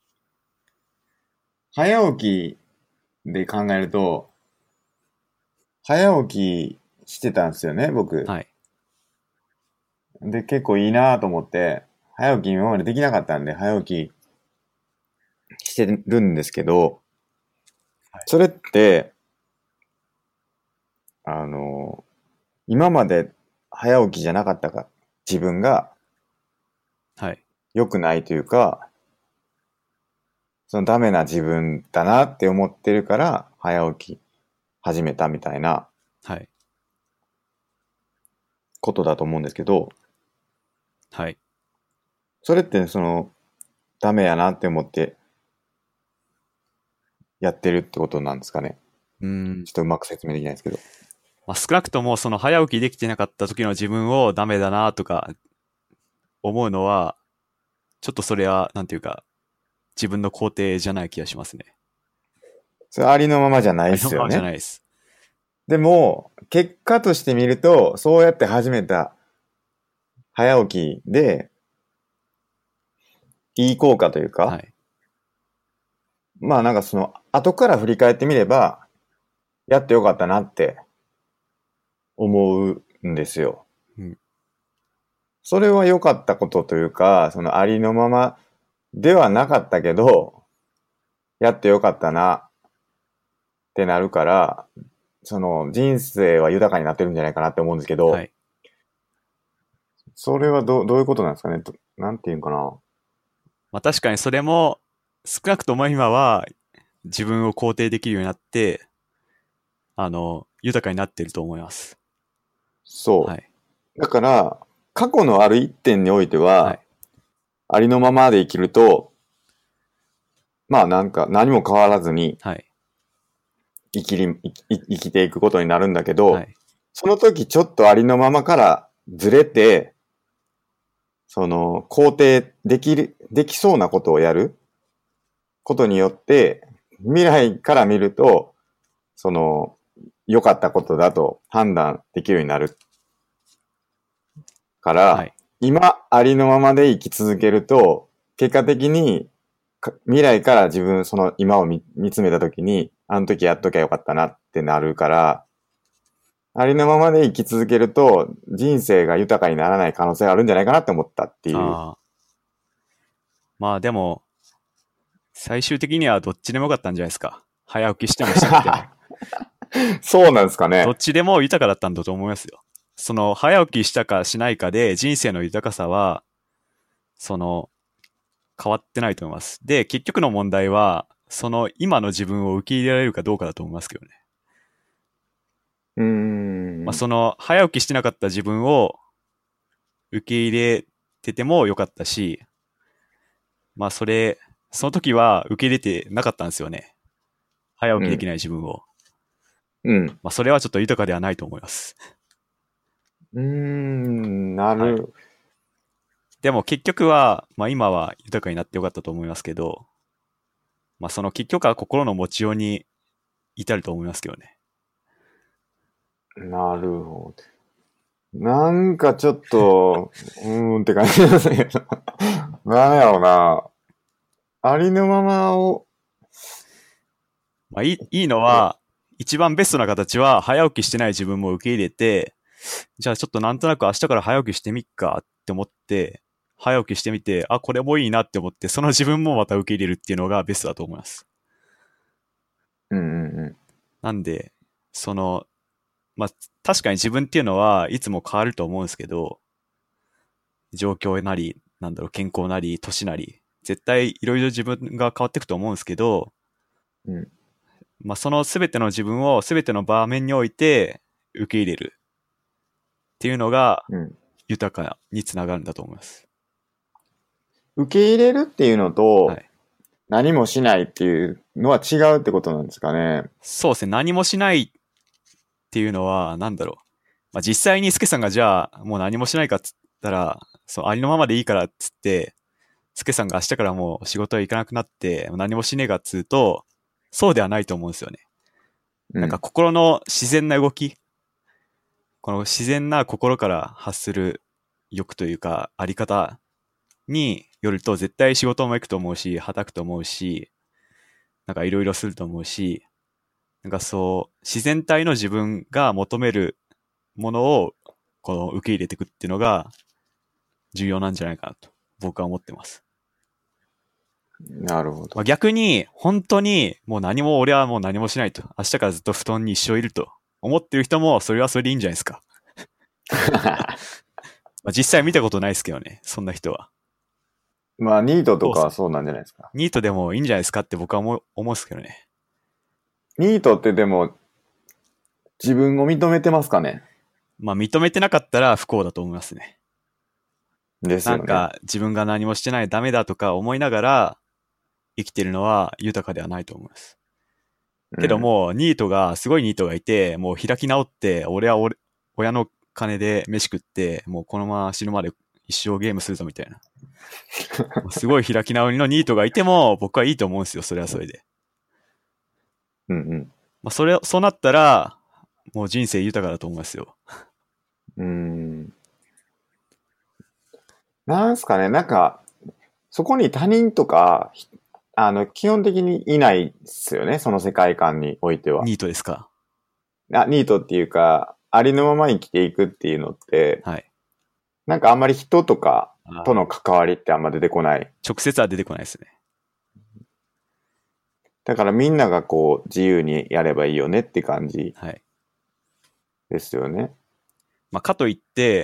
早起きで考えると、早起きしてたんですよね、僕。 はい。 で、結構いいなと思って、早起き今までできなかったんで、早起きしてるんですけど、 はい。 それって、あの、今まで早起きじゃなかったか、自分がはい。 良くないというか、そのダメな自分だなって思ってるから、早起き始めたみたいなはい。 ことだと思うんですけど、 はい。 それってその、ダメやなって思ってやってるってことなんですかね。 うん。 ちょっとうまく説明できないですけど。 まあ、少なくともその早起きできてなかった時の自分をダメだなとか思うのは、ちょっとそれは、なんていうか、自分の肯定じゃない気がしますね。 それありのままじゃないっありのままじゃなすよね。 いです。 でも、結果として見ると、そうやって始めた早起きで、いい効果というか、 はい。 まあなんかその、後から振り返ってみれば、やってよかったなって思うんですよ。 うん。 それは良かったことというか、そのありのままではなかったけど、やってよかったなってなるから、その人生は豊かになってるんじゃないかなって思うんですけど、 はい。 それはど、どういうことなんですかねとなんていうんかな。 まあ確かにそれも、少なくとも今は自分を肯定できるようになって、あの、豊かになってると思います。はそい。 う。だから、過去のある一点においては、 はい。 ありのままで生きると、まあなんか何も変わらずにはい。 生きり、生き生きていくことになるんだけど、 はい。 その時ちょっとありのままからずれて、その肯定できる、できそうなことをやることによって、未来から見ると、その良かったことだと判断できるようになるから、 はい。 今ありのままで生き続けると、結果的にか未来から自分その今を見見つめた時に、あの時やっときゃよかったなってなるから、ありのままで生き続けると人生が豊かにならない可能性があるんじゃないかなって思ったっていう。 ああ。まあでも、 最終的にはどっちでもよかったんじゃないですか。早起きしてもしなくても。 そうなんですかね。 どっちでも豊かだったんだと思いますよ。その、早起きしたかしないかで人生の豊かさは、その、変わってないと思います。で、結局の問題は、その今の自分を受け入れられるかどうかだと思いますけどね。 うーん。 まあ、その、早起きしてなかった自分を受け入れててもよかったし、まあ、それ、その時は受け入れてなかったんですよね。早起きできない自分を。 うん。 まあ、それはちょっと豊かではないと思います。 うーん、なはいる。 でも結局は、まあ今は豊かになってよかったと思いますけど、まあその結局は心の持ちように至ると思いますけどね。 なるほど。なんかちょっと、うーんって感じですけど。なんやろうな。ありのままを、 まあいい、いいのは、一番ベストな形は早起きしてない自分も受け入れて、じゃあちょっとなんとなく明日から早起きしてみっかって思って、早起きしてみて、あ、これもいいなって思って、その自分もまた受け入れるっていうのがベストだと思います。 うんうんうなんで、その、まあ確かに自分っていうのはいつも変わると思うんですけど、状況なり、なんだろう、健康なり、年なり、絶対いろいろ自分が変わっていくと思うんですけど、 ん。うん。 まあ、その全ての自分を全ての場面において受け入れるっていうのがうん。 豊かにつながるんだと思います。 受け入れるっていうのと、 はい。 何もしないっていうのは違うってことなんですかね。 そうですね。何もしないっていうのは、なんだろう。まあ、実際にスケさんがじゃあもう何もしないかっつったら、そうありのままでいいからっつって、スケさんが明日からもう仕事へ行かなくなって何もしねえかっつうと、そうではないと思うんですよね。なんかうん。 心の自然な動き、この自然な心から発する欲というか、あり方によると絶対仕事も行くと思うし、働くと思うし、なんかいろいろすると思うし、なんかそう、自然体の自分が求めるものを、この受け入れていくっていうのが重要なんじゃないかなと僕は思ってます。 なるほど。 まあ、逆に、本当にもう何も俺はもう何もしないと。明日からずっと布団に一生いると思ってる人もそれはそれでいいんじゃないですか。まあ、実際見たことないですけどね、そんな人は。 まあ、ニートとそうですね。 かはそうなんじゃないですか。 ニートでもいいんじゃないですかって僕は思う、思うんですけどね。 ニートってでも、自分を認めてますかね。 まあ認めてなかったら不幸だと思いますね。 ですよね。 なんか自分が何もしてないダメだとか思いながら生きてるのは豊かではないと思います。けどうん。 も、ニートが、すごいニートがいて、もう開き直って、俺は俺、親の金で飯食って、もうこのまま死ぬまで一生ゲームするぞみたいな。すごい開き直りのニートがいても、僕はいいと思うんですよ、それはそれで。 うんうん。 まあ、それ、そうなったら、もう人生豊かだと思いますよ。 うーん。なんすかね、なんか、そこに他人とか、ひあの、基本的にいないっすよね、その世界観においては。 ニートですか？ あ、ニートっていうか、ありのまま生きていくっていうのって、 はい。 なんかあんまり人とかとあの関わりってあんま出てこない。 直接は出てこないですね。 だからみんながこう、自由にやればいいよねって感じはい。 ですよね。 まあ、かといって、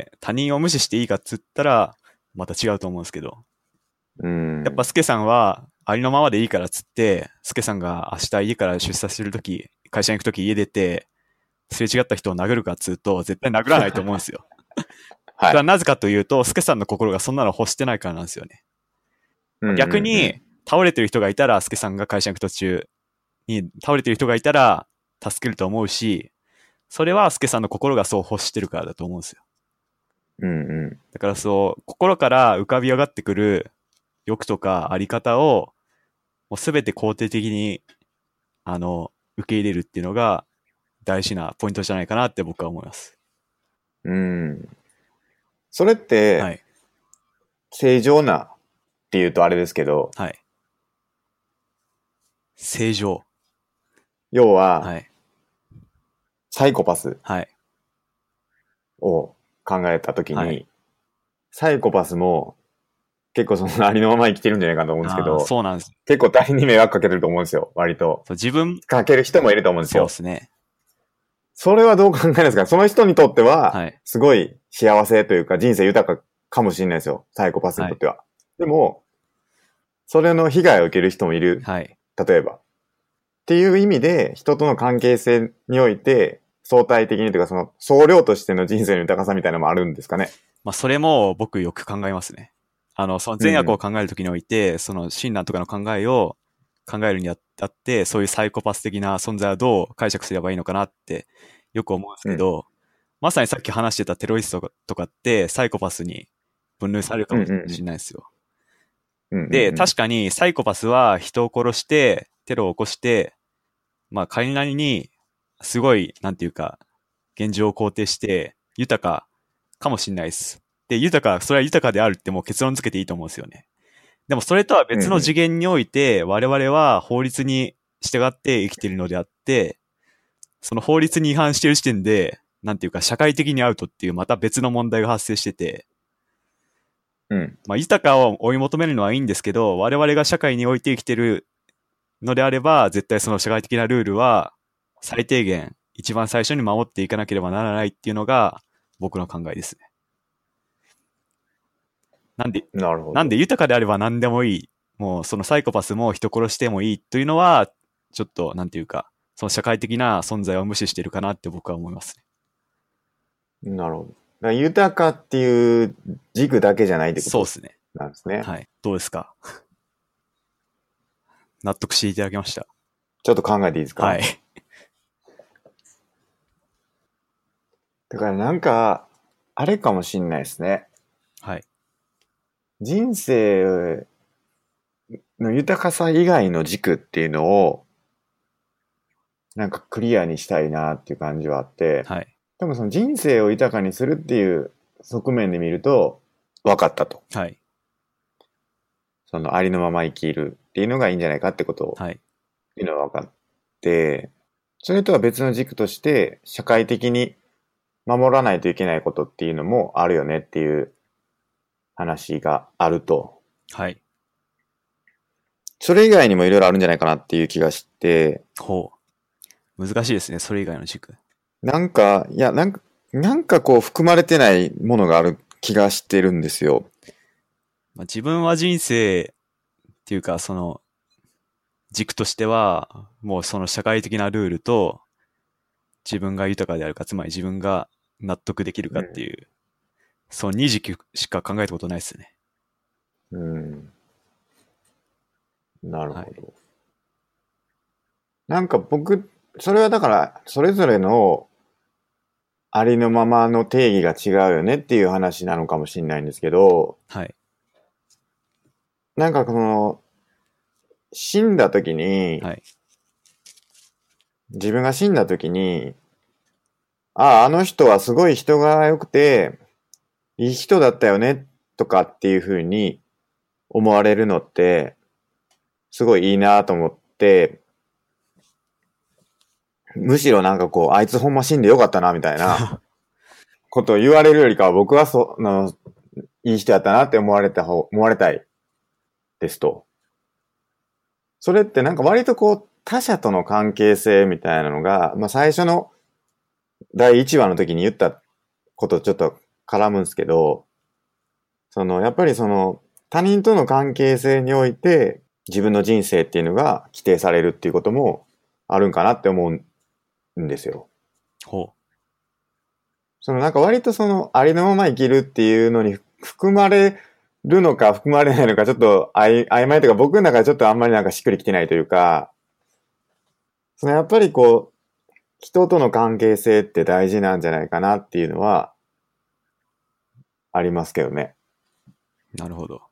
他人を無視していいかっつったら、また違うと思うんですけど。 うん。 やっぱスケさんは、ありのままでいいからっつって、スケさんが明日家から出社するとき、会社に行くとき家出て、すれ違った人を殴るかっつうと、絶対殴らないと思うんですよ。 はい。 それはなぜかというと、スケさんの心がそんなの欲してないからなんですよね。 うんうんうん逆に、倒れてる人がいたら、スケさんが会社に行く途中に倒れてる人がいたら、助けると思うし、それはスケさんの心がそう欲してるからだと思うんですよ。 うんうだからそう、心から浮かび上がってくる欲とかあり方を、もうすべて肯定的に、あの、受け入れるっていうのが大事なポイントじゃないかなって僕は思います。 ん。うん。それって、 はい。 正常なっていうとあれですけど、 はい。正常。 要は、 はい。 サイコパスはい。 を考えたときはい。 に、サイコパスも結構そのありのまま生きてるんじゃないかと思うんですけあーど、 そうなんです。 結構他人に迷惑かけてると思うんですよ、割と。 そう自分、 かける人もいると思うんですそうよ。 ですね。 それはどう考えますか？その人にとってははい、 すごい幸せというか人生豊かかもしれないですよ。サイコパスにとっては。でも、それの被害を受ける人もいる。 はい。 例えば。っていう意味で、人との関係性において、相対的にというか、その、総量としての人生の豊かさみたいなのもあるんですかね。 まあ、それも僕よく考えますね。あの、その善悪を考えるときにおいて、その親鸞とかの考えを考えるにあたって、そういうサイコパス的な存在はどう解釈すればいいのかなってよく思うんですけど、まさにさっき話してたテロリストとかってサイコパスに分類されるかもしれないですよ。 うんうんうん、 で、確かにサイコパスは人を殺して、テロを起こして、まあ仮なりに、すごい、なんていうか、現状を肯定して、豊かかもしれないです。で、豊か、それは豊かであるってもう結論付けていいと思うんですよね。でもそれとは別の次元において、我々は法律に従って生きているのであって、その法律に違反している時点で、なんていうか、社会的にアウトっていうまた別の問題が発生してて、 うん。 まあ、豊かを追い求めるのはいいんですけど、我々が社会において生きてるのであれば、絶対その社会的なルールは、最低限、一番最初に守っていかなければならないっていうのが、僕の考えですね。なんで、 なるほど。 なんで豊かであれば何でもいい。もう、そのサイコパスも人殺してもいいというのは、ちょっと、なんていうか、その社会的な存在を無視してるかなって僕は思いますね。 なるほど。だから豊かっていう軸だけじゃないってことそうですね。 なんですね。 はい。どうですか？納得していただけました？ ちょっと考えていいですか？ はい。 だからなんか、あれかもしんないですね。 はい。 人生の豊かさ以外の軸っていうのを、なんかクリアにしたいなっていう感じはあって、 はい。 多分その人生を豊かにするっていう側面で見ると、分かったと。 はい。 そのありのまま生きるっていうのがいいんじゃないかってことを、 はい。 っていうのは分かって、それとは別の軸として、社会的に守らないといけないことっていうのもあるよねっていう話があると。 はい。 それ以外にもいろいろあるんじゃないかなっていう気がして、 ほう。難しいですね。それ以外の軸。 なんか、いや、なんか、なんかこう含まれてないものがある気がしてるんですよ。 まあ、自分は人生っていうか、その、軸としては、もうその社会的なルールと、自分が豊かであるか、つまり自分が納得できるかっていう、うん、その二軸しか考えたことないですね。 うん。なるほど。はい、なんか僕、それはだから、それぞれのありのままの定義が違うよねっていう話なのかもしれないんですけど、 はい。 なんかこの、死んだ時に、 はい、 自分が死んだ時に、ああ、あの人はすごい人が良くて、いい人だったよね、とかっていう風に思われるのって、すごいいいなと思って、むしろなんかこう、あいつほんま死んでよかったな、みたいなことを言われるよりかは、僕はその、いい人やったなって思われた方、思われたいですと。それってなんか割とこう、他者との関係性みたいなのが、まあ最初のだいいちわの時に言ったことちょっと絡むんですけど、その、やっぱりその、他人との関係性において、自分の人生っていうのが規定されるっていうこともあるんかなって思うんですよ。 ほう。 そのなんか割とそのありのまま生きるっていうのに含まれるのか含まれないのかちょっと曖昧というか僕の中でちょっとあんまりなんかしっくりきてないというか、そのやっぱりこう、人との関係性って大事なんじゃないかなっていうのはありますけどね。 なるほど。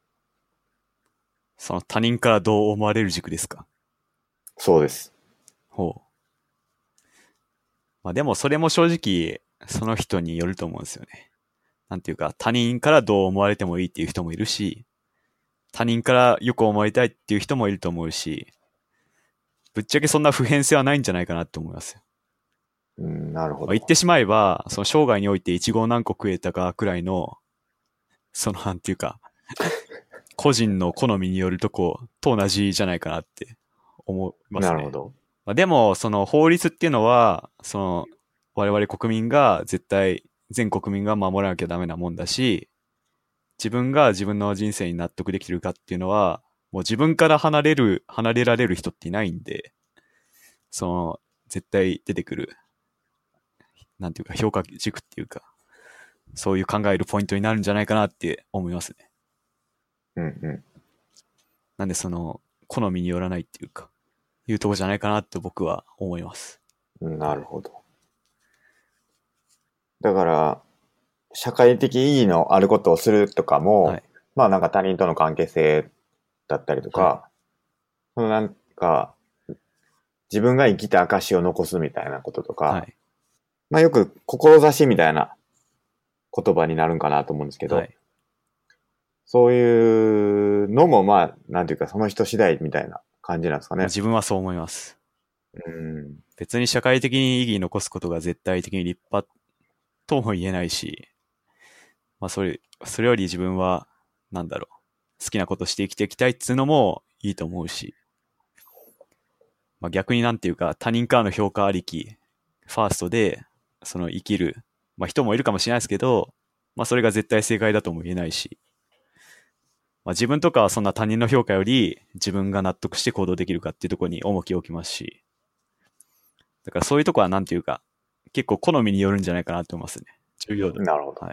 その他人からどう思われる軸ですか？ そうです。 ほう。まあでもそれも正直その人によると思うんですよね。なんていうか他人からどう思われてもいいっていう人もいるし、他人からよく思われたいっていう人もいると思うし、ぶっちゃけそんな普遍性はないんじゃないかなって思いますよ。 うん、なるほど。 まあ、言ってしまえば、その生涯においてイチゴを何個食えたかくらいの、そのなんていうか、 個人の好みによるとこと同じじゃないかなって思いますね。 なるほど。 まあ、でも、その法律っていうのは、その我々国民が絶対、全国民が守らなきゃダメなもんだし、自分が自分の人生に納得できるかっていうのは、もう自分から離れる、離れられる人っていないんで、その、絶対出てくる、なんていうか、評価軸っていうか、そういう考えるポイントになるんじゃないかなって思いますね。 うんうなんで、その、好みによらないっていうか、いうとこじゃないかなって僕は思います。 ん。なるほど。だから、社会的意義のあることをするとかも、 はい。 まあなんか他人との関係性だったりとか、 はそのなんか、自分が生きた証を残すみたいなこととか、 はい。 まあよく志みたいな言葉になるんかなと思うんですけど、 はい。 そういうのもまあ、なんていうかその人次第みたいな感じなんですかね。 自分はそう思います。 うん。 別に社会的に意義残すことが絶対的に立派とも言えないし、まあそれ、それより自分は、なんだろう、好きなことして生きていきたいっつうのもいいと思うし、まあ逆になんていうか他人からの評価ありき、ファーストで、その生きる、まあ人もいるかもしれないですけど、まあそれが絶対正解だとも言えないし、まあ自分とかはそんな他人の評価より自分が納得して行動できるかっていうところに重きを置きますし、だからそういうとこはなんていうか、結構好みによるんじゃないかなと思いますね。重要度。 なるほど。 はい。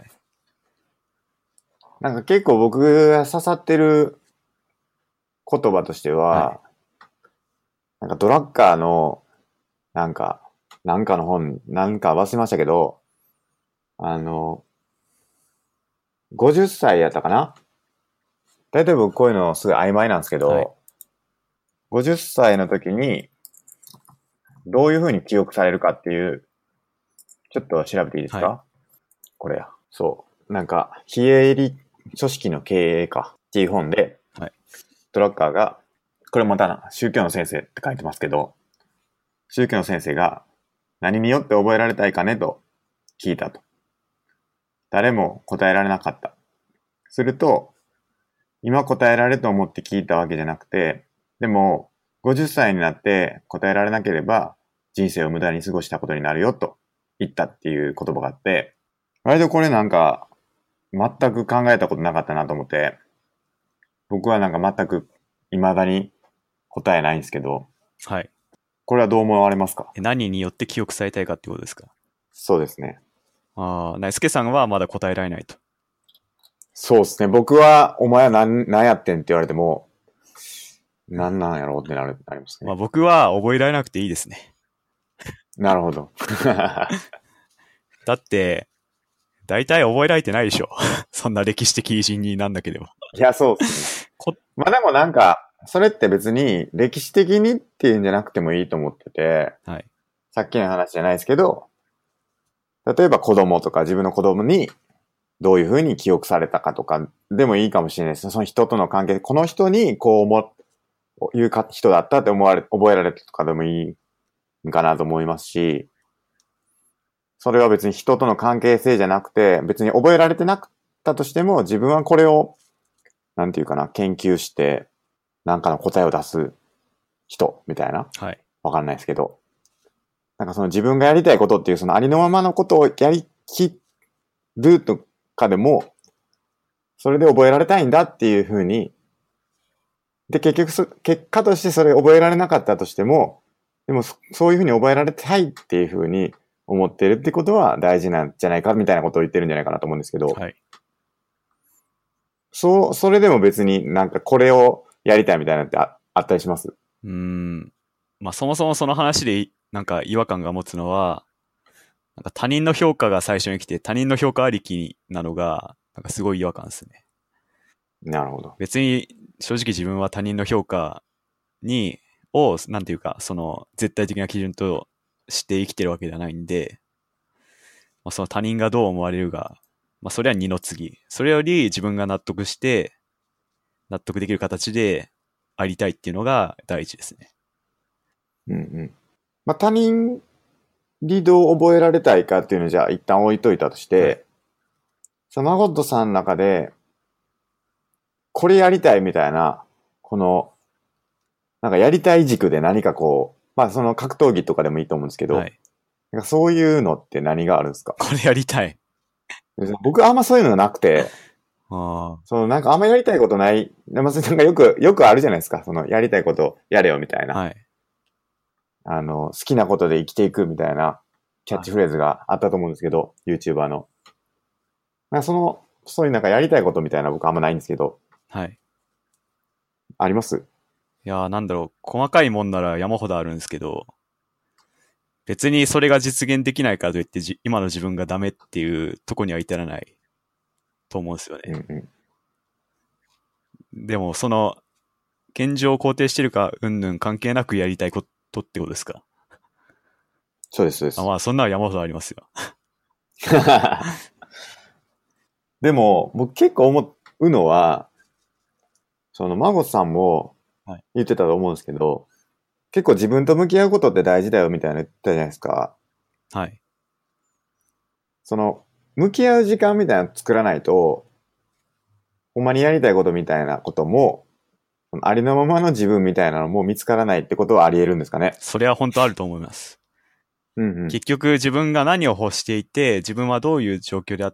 なんか結構僕が刺さってる言葉としては、 はなんかドラッカーの、なんか、なんかの本、なんか忘れましたけど、あの、ごじゅっさいやったかな。大体僕こういうのすごい曖昧なんですけど、 はいごじゅっさいの時にどういう風に記憶されるかっていう、ちょっと調べていいですか、 はこれや。そう。なんか、非営利組織の経営かっていう本で、 はいドラッカーが、これまたな、宗教の先生って書いてますけど、宗教の先生が何によって覚えられたいかねと聞いたと。誰も答えられなかった。すると、今答えられると思って聞いたわけじゃなくて、でも、ごじゅっさいになって答えられなければ人生を無駄に過ごしたことになるよと言ったっていう言葉があって、割とこれなんか全く考えたことなかったなと思って、僕はなんか全く未だに答えないんですけど、 はい。 これはどう思われますか？ え何によって記憶されたいかってことですか？ そうですね。 ああ、なすけさんはまだ答えられないと。 そうですね。僕はお前は何、何やってんって言われても、何なんやろうってなる、なりますね。 まあ僕は覚えられなくていいですね。 なるほど。 だって、大体覚えられてないでしょ。そんな歴史的偉人になんなければ。 いや、そうですね。 こまあでもなんか、それって別に歴史的にっていうんじゃなくてもいいと思ってて、 はい。 さっきの話じゃないですけど、例えば子供とか自分の子供にどういうふうに記憶されたかとかでもいいかもしれないです。その人との関係で、この人にこう思う、いうか人だったって思われ、覚えられたとかでもいいんかなと思いますし、それは別に人との関係性じゃなくて、別に覚えられてなかったとしても、自分はこれを、なんていうかな、研究して、なんかの答えを出す人、みたいな。 はい。 わかんないですけど。なんかその自分がやりたいことっていうそのありのままのことをやりきるとかでも、それで覚えられたいんだっていうふうに、で、結局そ、結果としてそれ覚えられなかったとしても、でもそそういうふうに覚えられたいっていうふうに思っているってことは大事なんじゃないかみたいなことを言ってるんじゃないかなと思うんですけど、 はい。 そう、それでも別になんかこれをやりたいみたいなのってああったりします？ うーん。まあそもそもその話でいなんか違和感が持つのは、なんか他人の評価が最初に来て他人の評価ありきなのが、なんかすごい違和感ですね。 なるほど。 別に正直自分は他人の評価に、を、なんていうか、その絶対的な基準として生きてるわけではないんで、まあ、その他人がどう思われるが、まあそれは二の次。それより自分が納得して、納得できる形でありたいっていうのが第一ですね。 うんうん。まあ他人にどう覚えられたいかっていうのをじゃあ一旦置いといたとして、 はいそのマゴットさんの中で、 これやりたいみたいな、この、なんかやりたい軸で何かこう、まあその格闘技とかでもいいと思うんですけど、 はい。 なんかそういうのって何があるんですか？ これやりたい。 僕あんまそういうのがなくて、 あそのなんかあんまやりたいことない、まあなんかよく、よくあるじゃないですか。そのやりたいことやれよみたいあ。 な。 はい。 あの、好きなことで生きていくみたいなキャッチフレーズがあったと思うんですけど、YouTuber の。なんかその、そういうなんかやりたいことみたいな僕あんまないんですけど、 はい。 あります？ いやー、なんだろう。細かいもんなら山ほどあるんですけど、別にそれが実現できないからといってじ、今の自分がダメっていうとこには至らないと思うんですよね。 うんうん。 でも、その、現状を肯定してるか、うんぬん関係なくやりたいことってことですか？ そうです、そうであ、 す。 まあ、そんなの山ほどありますよ。 でも、僕結構思うのは、その、孫さんもはい。 言ってたと思うんですけど、結構自分と向き合うことって大事だよみたいな言ってたじゃないですか。 はい。 その、向き合う時間みたいなの作らないと、ほんまにやりたいことみたいなことも、ありのままの自分みたいなのも見つからないってことはあり得るんですかね。 それは本当あると思います。 うんうん。 結局、自分が何を欲していて、自分はどういう状況であって、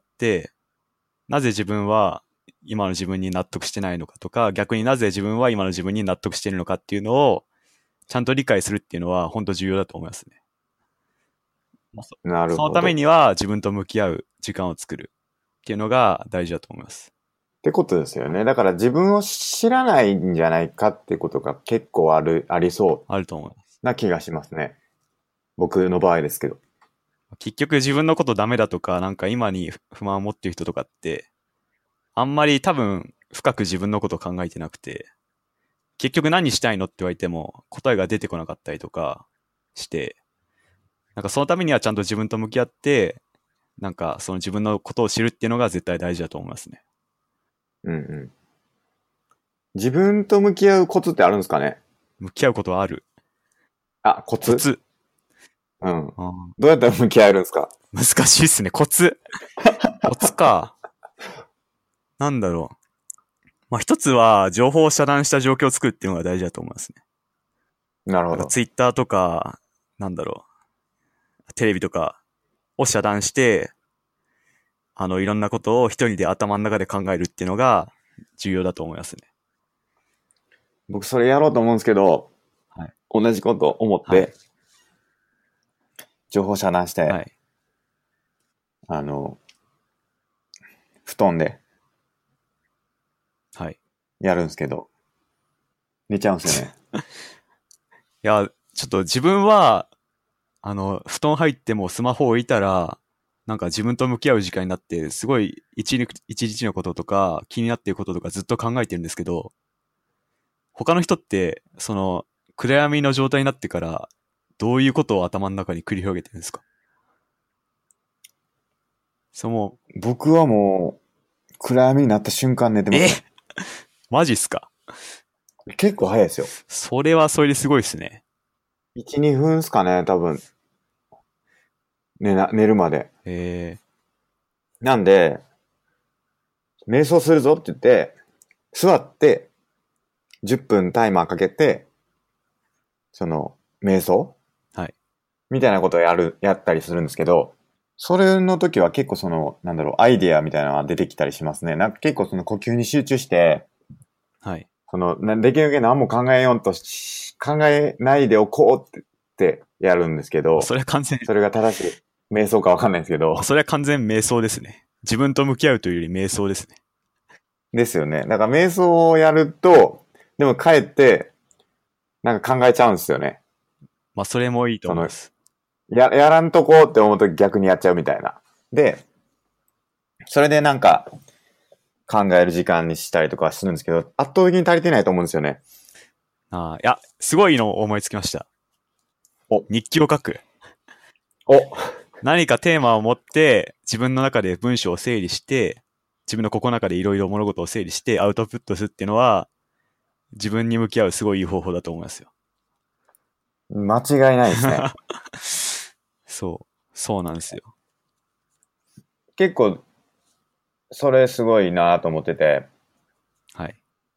なぜ自分は今の自分に納得してないのかとか、逆になぜ自分は今の自分に納得しているのかっていうのを、ちゃんと理解するっていうのは本当重要だと思いますね。まあそなるそのためほど。 には自分と向き合う時間を作るっていうのが大事だと思います。 ってことですよね。だから自分を知らないんじゃないかってことが結構ある、ありそあると思います。 うな気がしますね。僕の場合ですけど。 結局自分のことダメだとか、なんか今に不満を持ってる人とかって、あんまり多分深く自分のことを考えてなくて、結局何したいのって言われても答えが出てこなかったりとかして、なんかそのためにはちゃんと自分と向き合って、なんかその自分のことを知るっていうのが絶対大事だと思いますね。 うんうん。自分と向き合うコツってあるんですかね？ 向き合うことはある。 あ、コツ？ コツ。 うん。 うん、 どうやったら向き合えるんですか？ 難しいっすね。コツ。コツか。なんだろう。まあ一つは情報を遮断した状況を作るっていうのが大事だと思いますね。なんかなるほど。 ツイッターとか、なんだろう。テレビとかを遮断して、あの、いろんなことを一人で頭の中で考えるっていうのが重要だと思いますね。 僕それやろうと思うんですけど、 はい。 同じこと思っはい。 て、情報遮断して、 はい。 あの、布団ではい。 やるんですけど、寝ちゃうんですよね。 いや、ちょっと自分は、あの、布団入ってもスマホ置いたら、なんか自分と向き合う時間になって、すごい一日一日のこととか気になっていることとかずっと考えてるんですけど、他の人って、その、暗闇の状態になってから、どういうことを頭の中に繰り広げてるんですか？そう、も僕はもう、暗闇になった瞬間寝てう、えますね。 マジっすか？ 結構早いですよ。 それはそれですごいっすね。 いち、にふんっすかね、多分。寝な、寝るまで。 えなんで、瞑想するぞって言って、座って、じゅっぷんタイマーかけて、その、瞑想ー、はい。 みたいなことをやる、やったりするんですけど、それの時は結構その、なんだろう、アイディアみたいなのが出てきたりしますね。なんか結構その呼吸に集中して、 はい。 その、なできるだけ何も考えようとし、考えないでおこうってってやるんですけど、 それは完全、 それが正しい瞑想かわかんないですけど、 それは完全瞑想ですね。自分と向き合うというより瞑想ですね。 ですよね。だから瞑想をやると、でも帰って、なんか考えちゃうんですよね。 まあ、それもいいとその、 思います。 や、やらんとこうって思うと逆にやっちゃうみたいな。で、それでなんか考える時間にしたりとかするんですけど、圧倒的に足りてないと思うんですよね。 ああ、いや、すごいのを思いつきました。 お、 日記を書く。 お、 何かテーマを持って自分の中で文章を整理して、自分の心の中でいろいろ物事を整理してアウトプットするっていうのは、自分に向き合うすごいいい方法だと思いますよ。 間違いないですね。 そう。そうなんですよ。 結構、それすごいなと思ってて、 はい。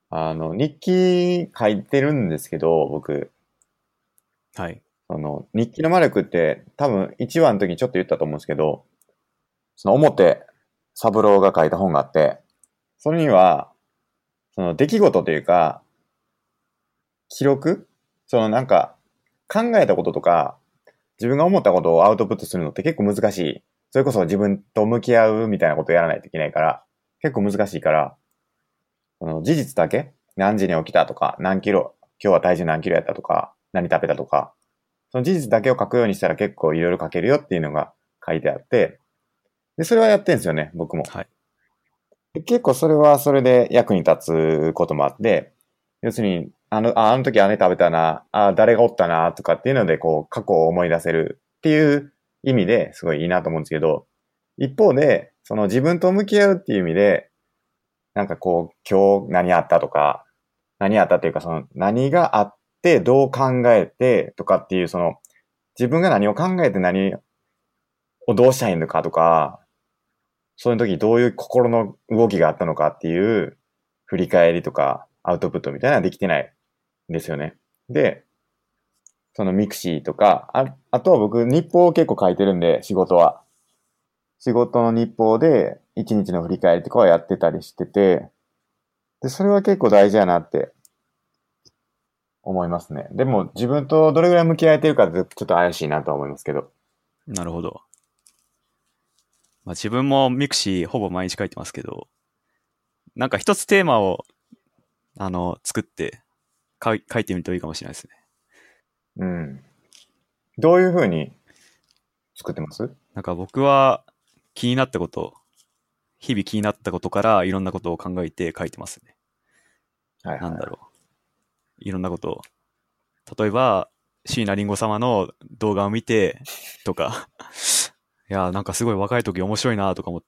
あの、日記書いてるんですけど、僕、 はい。 その、日記の魔力って多分いちわの時にちょっと言ったと思うんですけど、その表三郎が書いた本があって、それには、その出来事というか、記録そのなんか、考えたこととか、自分が思ったことをアウトプットするのって結構難しい。それこそ自分と向き合うみたいなことをやらないといけないから、結構難しいから、その事実だけ何時に起きたとか、何キロ、今日は体重何キロやったとか、何食べたとか、その事実だけを書くようにしたら結構いろいろ書けるよっていうのが書いてあって、で、それはやってんですよね、僕も。 はい。 で結構それはそれで役に立つこともあって、要するに、あの、あ、あの時あれ食べたな、あ、誰がおったな、とかっていうので、こう、過去を思い出せるっていう意味ですごいいいなと思うんですけど、一方で、その自分と向き合うっていう意味で、なんかこう、今日何あったとか、何あったっていうか、その何があってどう考えてとかっていう、その自分が何を考えて何をどうしたいのかとか、そういう時どういう心の動きがあったのかっていう振り返りとかアウトプットみたいなのはできてないんですよね。で、そのミクシーとか、あ、あとは僕日報を結構書いてるんで、仕事は。仕事の日報で一日の振り返りとかはやってたりしてて、で、それは結構大事やなって思いますね。でも自分とどれぐらい向き合えてるかってちょっと怪しいなとは思いますけど。 なるほど。まあ、自分もミクシーほぼ毎日書いてますけど、なんか一つテーマを、あの、作って書い書いてみるといいかもしれないですね。 うん。どういう風に作ってます？ なんか僕は気になったこと、日々気になったことからいろんなことを考えて書いてますね。 はいはなんだろう。いろんなことを。例えば、椎名林檎様の動画を見て、とか、いや、なんかすごい若い時面白いなとか思って、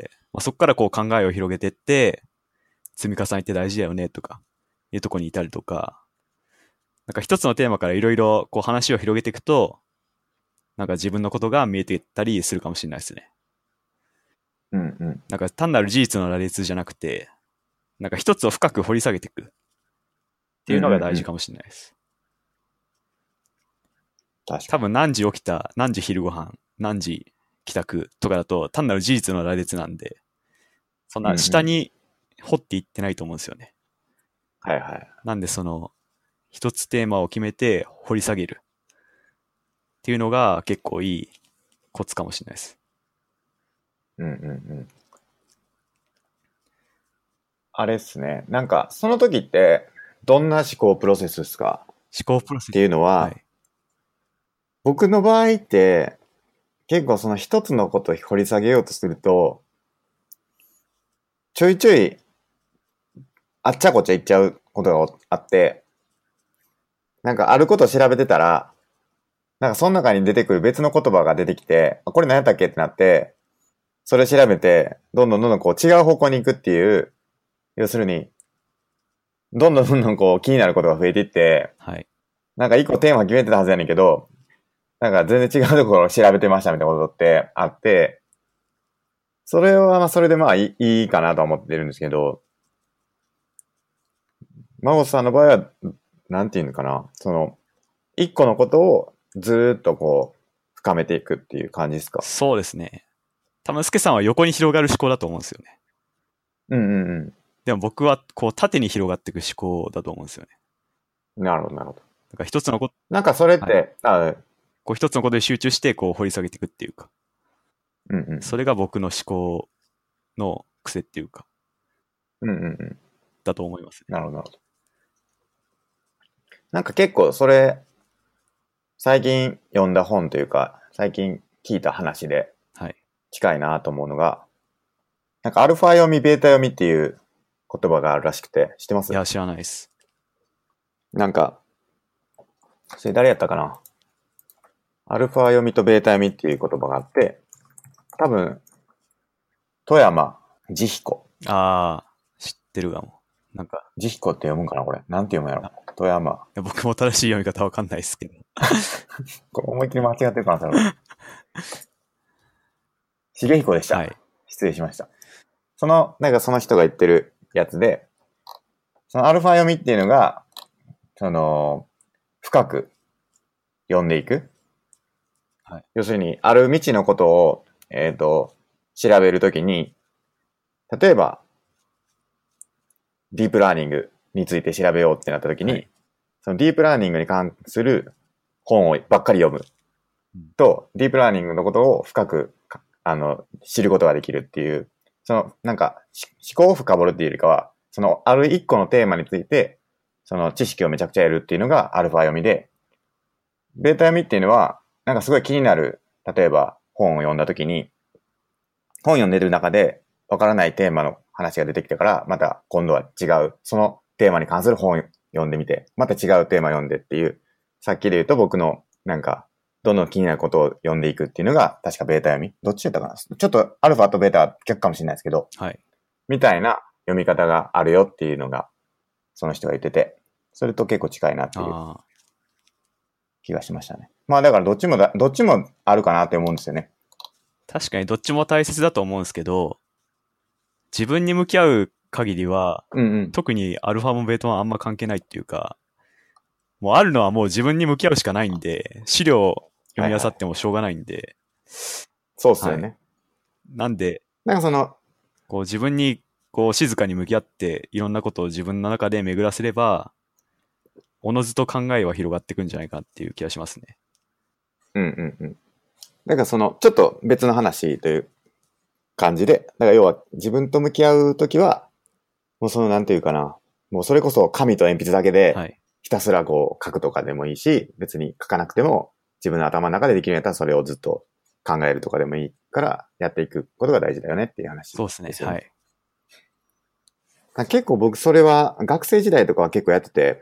まあ、そこからこう考えを広げてって、積み重ねって大事だよねとか、いうとこに至るとか、なんか一つのテーマからいろいろこう話を広げていくと、なんか自分のことが見えていったりするかもしれないですね。 い。うんうん。 なんか単なる事実の羅列じゃなくて、なんか一つを深く掘り下げていくっていうのが大事かもしれないです。 確かに。 多分何時起きた、何時昼ご飯、何時帰宅とかだと単なる事実の羅列なんで、そんなうんうん。 下に掘っていってないと思うんですよね。 はいはい。 なんでその、一つテーマを決めて掘り下げるっていうのが結構いいコツかもしれないです。 うんうんうん。あれっすね。なんか、その時って、どんな思考プロセスですか思考プロセス。 っていうのは、 はい。 僕の場合って、結構その一つのことを掘り下げようとすると、ちょいちょい、あっちゃこっちゃ言っちゃうことがあって、なんかあることを調べてたら、なんかその中に出てくる別の言葉が出てきて、あこれ何やったっけってなって、それ調べて、どんどんどんどんこう違う方向に行くっていう、要するに、どんどんどんどんこう気になることが増えていって、 はい。 なんか一個テーマ決めてたはずやねんけど、なんか全然違うところを調べてましたみたいなことってあって、それはまあそれでまあいいいいかなと思ってるんですけど、マゴさんの場合は、なんていうのかな、その、一個のことをずーっとこう、深めていくっていう感じですか？ そうですね。多分、スケさんは横に広がる思考だと思うんですよね。 うんうんでも僕はこう縦に広がっていく思考だと思うんですよね。 うん。なるほどなるほど。 だから一つのこと、 なんかそれっはい。 て、あ、 こう一つのことで集中してこう掘り下げていくっていうか、 うんうん。 それが僕の思考の癖っていうか、 うんうんうん。 だと思いますね。 なるほどなるほど。なんか結構それ、最近読んだ本というか、最近聞いた話ではい。 近いなと思うのが、なんかアルファ読み、ベータ読みっていう言葉があるらしくて、知ってます？ いや、知らないです。 なんか、それ誰やったかな？アルファ読みとベータ読みっていう言葉があって、多分、富山慈彦。 ああ、知ってるかも。なんか、 慈彦って読むんかなこれ。なんて読むんやろ？ あ富山。 いや僕も正しい読み方わかんないですけど。 これ思いっきり間違ってるかなそれ。重彦でした。 はい。 失礼しました。その、なんかその人が言ってるやつで、 そのアルファ読みっていうのが、その、深く読んでいく。 はい。 要するに、ある未知のことを、えっと、調べるときに、例えば、ディープラーニングについて調べようってなったときに、はい、そのディープラーニングに関する本をばっかり読むと、うん、ディープラーニングのことを深く、あの、知ることができるっていう、その、なんか、思考を深掘るっていうよりかは、その、ある一個のテーマについて、その知識をめちゃくちゃ得るっていうのがアルファ読みで、ベータ読みっていうのは、なんかすごい気になる、例えば本を読んだときに、本読んでる中でわからないテーマの話が出てきてから、また今度は違う、そのテーマに関する本を読んでみて、また違うテーマ読んでっていう、さっきで言うと僕のなんか、どんどん気になることを読んでいくっていうのが、確かベータ読み。どっちだったかな？ちょっとアルファとベータは逆かもしれないですけど、 はい。 みたいな読み方があるよっていうのが、その人が言ってて、それと結構近いなっていう気がしましたね。まあだからどっちもだ、どっちもあるかなって思うんですよね。 確かにどっちも大切だと思うんですけど、自分に向き合う限りは、 うんうん、 特にアルファもベータもあんま関係ないっていうか、もうあるのはもう自分に向き合うしかないんで、資料を読み漁ってもしょうがないんで。はいはい、 そうっすよね、 はい。なんで、 なんかその、 こう自分にこう静かに向き合っていろんなことを自分の中で巡らせれば、おのずと考えは広がっていくんじゃないかっていう気がしますね。 うんうんうん。だからその、ちょっと別の話という感じで、だから要は自分と向き合うときは、もうそのなんていうかな、もうそれこそ紙と鉛筆だけで、ひたすらこう書くとかでもいいし、別に書かなくても自分の頭の中でできるんやったらそれをずっと考えるとかでもいいからやっていくことが大事だよねっていう話です、ね。 そうですね。はい。 結構僕それは学生時代とかは結構やってて、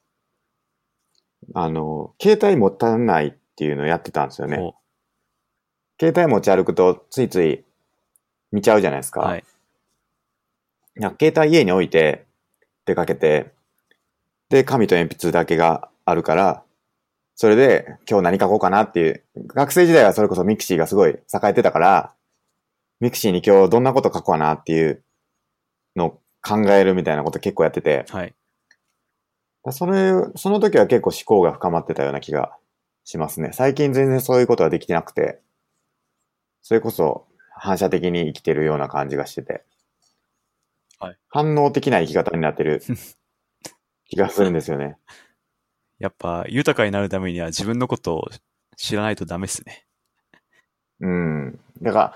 あの、携帯持たないっていうのをやってたんですよね。携帯持ち歩くとついつい見ちゃうじゃないですか。はい。携帯家に置いて出かけて、で、紙と鉛筆だけがあるから、それで今日何書こうかなっていう、学生時代はそれこそミクシーがすごい栄えてたから、ミクシーに今日どんなこと書こうかなっていうのを考えるみたいなこと結構やってて、 はい。 それ、その時は結構思考が深まってたような気がしますね。最近全然そういうことはできてなくて、それこそ反射的に生きてるような感じがしてて、 はい、 反応的な生き方になってる気がするんですよね。 やっぱ豊かになるためには自分のことを知らないとダメっすね。 うん。だから、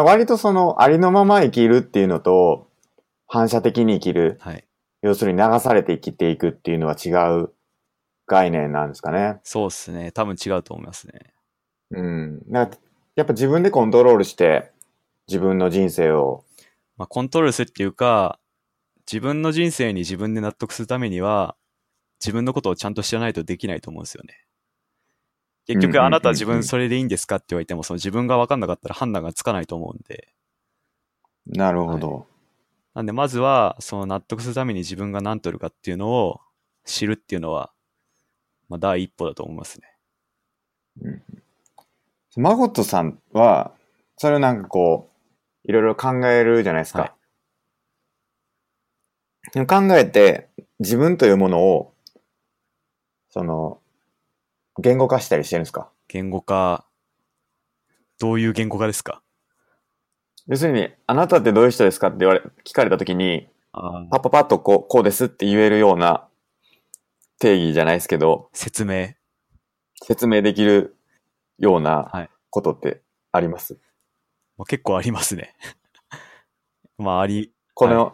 割とそのありのまま生きるっていうのと、反射的に生きる。 はい。 要するに流されて生きていくっていうのは違う概念なんですかね。 そうっすね。多分違うと思いますね。 うん。だからやっぱ自分でコントロールして自分の人生を。 まあコントロールするっていうか、自分の人生に自分で納得するためには、自分のことをちゃんと知らないとできないと思うんですよね。結局あなた自分それでいいんですかって言われても、その自分が分かんなかったら判断がつかないと思うんで。 なるほど。はい、 なんでまずは、その納得するために自分が何とるかっていうのを知るっていうのは、まあ第一歩だと思いますね。 うん。マゴットさんは、それをなんかこう、いろいろ考えるじゃないですか。はい、考えて、自分というものを、その、言語化したりしてるんですか？ 言語化、どういう言語化ですか？ 要するに、あなたってどういう人ですかって言われ、聞かれたときに、パッパパッとこう、こうですって言えるような定義じゃないですけど、 説明。 説明できるようなことってあります？はい、 まあ、結構ありますね。まあ、あり。 この、はい、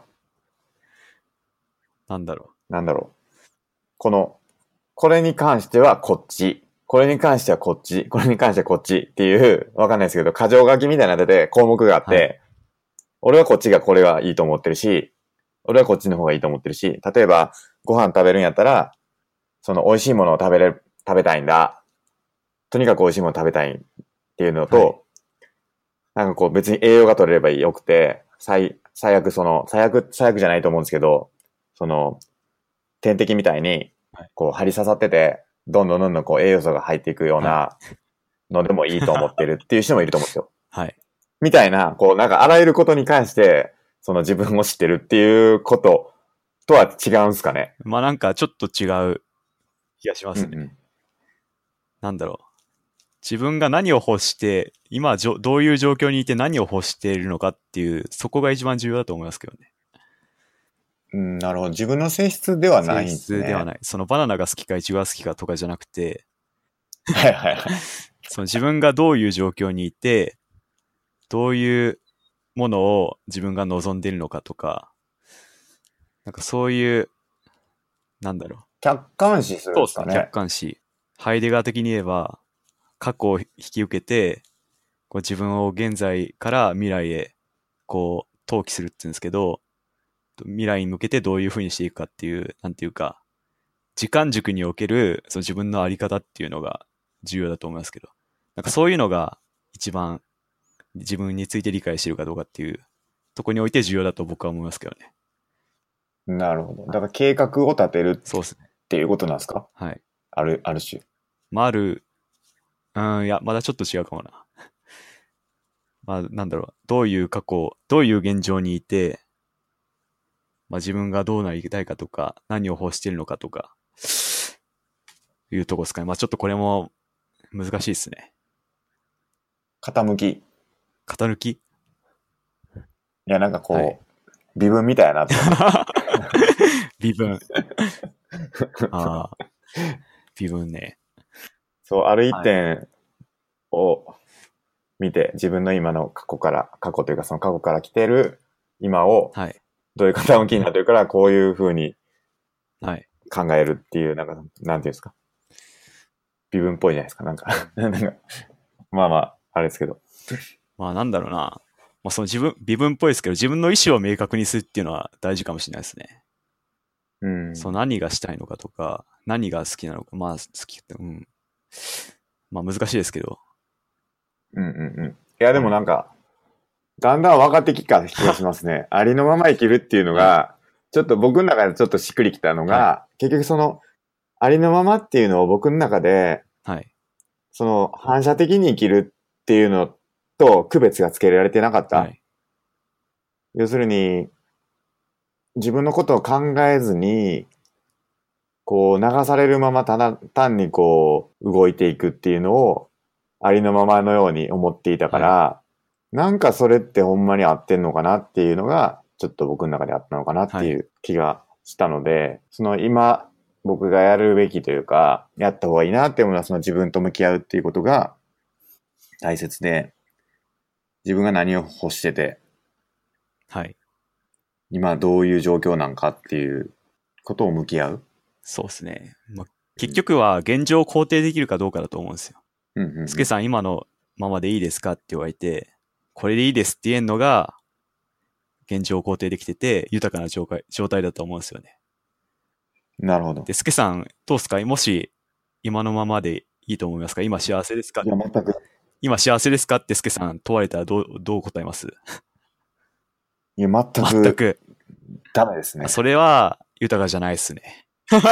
なんだろう。なんだろう。この、これに関してはこっち。これに関してはこっち。これに関してはこっちっていう、わかんないですけど、箇条書きみたいなので項目があって、はい、俺はこっちがこれはいいと思ってるし、俺はこっちの方がいいと思ってるし、例えばご飯食べるんやったら、その美味しいものを食べれる、食べたいんだ。とにかく美味しいものを食べたいっていうのと、はい、なんかこう別に栄養が取れればよくて、最、最悪その、最悪、最悪じゃないと思うんですけど、その、点滴みたいに、こう、針刺さってて、どんどんどんどんこう、栄養素が入っていくようなのでもいいと思ってるっていう人もいると思うんですよ。 はい。 みたいな、こう、なんかあらゆることに関して、その自分を知ってるっていうこととは違うんすかね。 まあなんかちょっと違う気がしますね。 うんうん、 なんだろう。自分が何を欲して、今じょどういう状況にいて何を欲しているのかっていう、そこが一番重要だと思いますけどね。 うん、なるほど。自分の性質ではな性いんですね。 質ではない。そのバナナが好きかイチゴが好きかとかじゃなくて、 はいはいはい。 その自分がどういう状況にいて、どういうものを自分が望んでいるのかとか、なんかそういう、なんだろう。 客観視するんそうですね、客ですかね。 観視。ハイデガー的に言えば、過去を引き受けて、こう自分を現在から未来へ、こう、投棄するって言うんですけど、未来に向けてどういうふうにしていくかっていう、なんていうか、時間軸におけるその自分のあり方っていうのが重要だと思いますけど、なんかそういうのが一番自分について理解してるかどうかっていうところにおいて重要だと僕は思いますけどね。 なるほど。だから計画を立てるそうですね。 っていうことなんですか？ はい。 ある、ある種。 まあ、ある、うん、いや、まだちょっと違うかもな。まあ、なんだろう。どういう過去、どういう現状にいて、まあ自分がどうなりたいかとか、何を欲してるのかとか、いうとこですかね。まあちょっとこれも難しいですね。 傾き。い型抜きや、なんかはい。 こう、微分みたいやなと思って。 微分。ああ、微分ね。 そう、ある一はい。 点を見て、自分の今の過去から、過去というかその過去から来てる今を、 はい。 どういう傾きになってるから、こういう風にはい。 考えるっていう、なんか、なんていうんですか。微分っぽいじゃないですか。なんか、なんかまあまあ、あれですけど。 まあなんだろうな。まあその自分、微分っぽいですけど、自分の意思を明確にするっていうのは大事かもしれないですね。 うん。 そう何がしたいのかとか、何が好きなのか、まあ好きって、うん。まあ難しいですけど。 うんうんうん。いや、でもはい。 なんか、だんだん分かってきた気がしますね。ありのまま生きるっていうのはい。 が、ちょっと僕の中でちょっとしっくりきたのはい。 が、結局その、ありのままっていうのを僕の中で、 はい。 その反射的に生きるっていうのと区別がつけられてなかった。 はい。 要するに、自分のことを考えずに、こう流されるままただ単にこう動いていくっていうのをありのままのように思っていたかはい。 ら、なんかそれってほんまに合ってんのかなっていうのが、ちょっと僕の中であったのかなってはい。 いう気がしたので、その今僕がやるべきというか、やった方がいいなっていうのはその自分と向き合うっていうことが大切で、自分が何を欲してて、 はい。 今どういう状況なんかっていうことを向き合う。 そうですね。まあ、結うん、 局は現状を肯定できるかどうかだと思うんですよ。 うん、うん。 スケさん今のままでいいですかって言われて、これでいいですって言えるのが現状を肯定できてて豊かな状態状態だと思うんですよね。 なるほど。 で、スケさんどうですか？もし今のままでいいと思いますか？今幸せですか？ いや、全く、 今幸せですかってスケさん問われたらどう、どう答えます？ いや、全く全く。 ダメですね。 それは豊かじゃないですね。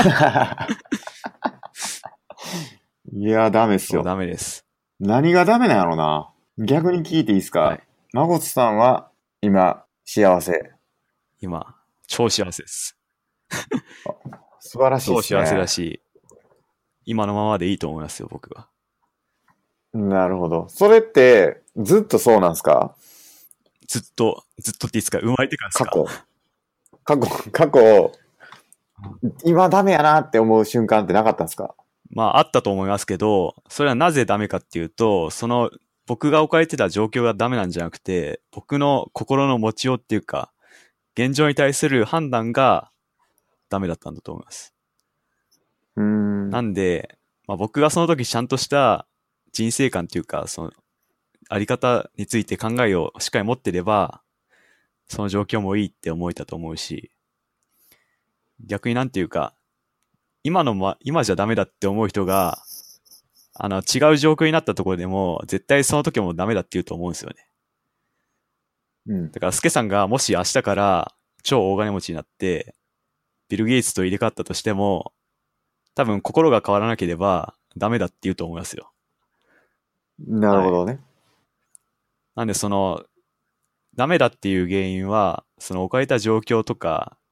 いや、ダメっすそう、 よ。 ダメです。 何がダメなんやろな。逆に聞いていいですか？ はい。 まごつさんは今幸せ。 今、超幸せです。 素晴らしいで超幸せだすね。 し、今のままでいいと思いますよ、僕は。 なるほど。それってずっとそうなんですか？ ずっと、ずっとっていつか、生まれてからですか？ 過去。過去、過去、今ダメやなって思う瞬間ってなかったんですか？ まあ、あったと思いますけど、それはなぜダメかっていうと、その、僕が置かれてた状況がダメなんじゃなくて、僕の心の持ちようっていうか、現状に対する判断がダメだったんだと思います。 うーん。 なんで、まあ、僕がその時ちゃんとした人生観っていうか、その、あり方について考えをしっかり持ってれば、その状況もいいって思えたと思うし、逆になんていうか、今のま、今じゃダメだって思う人が、あの、違う状況になったところでも、絶対その時もダメだって言うと思うんですよね。 うん。 だから、スケさんがもし明日から超大金持ちになって、ビル・ゲイツと入れ替わったとしても、多分心が変わらなければダメだって言うと思いますよ。はい。 なるほどね。 なんで、その、ダメだっていう原因は、その置かれた状況とか、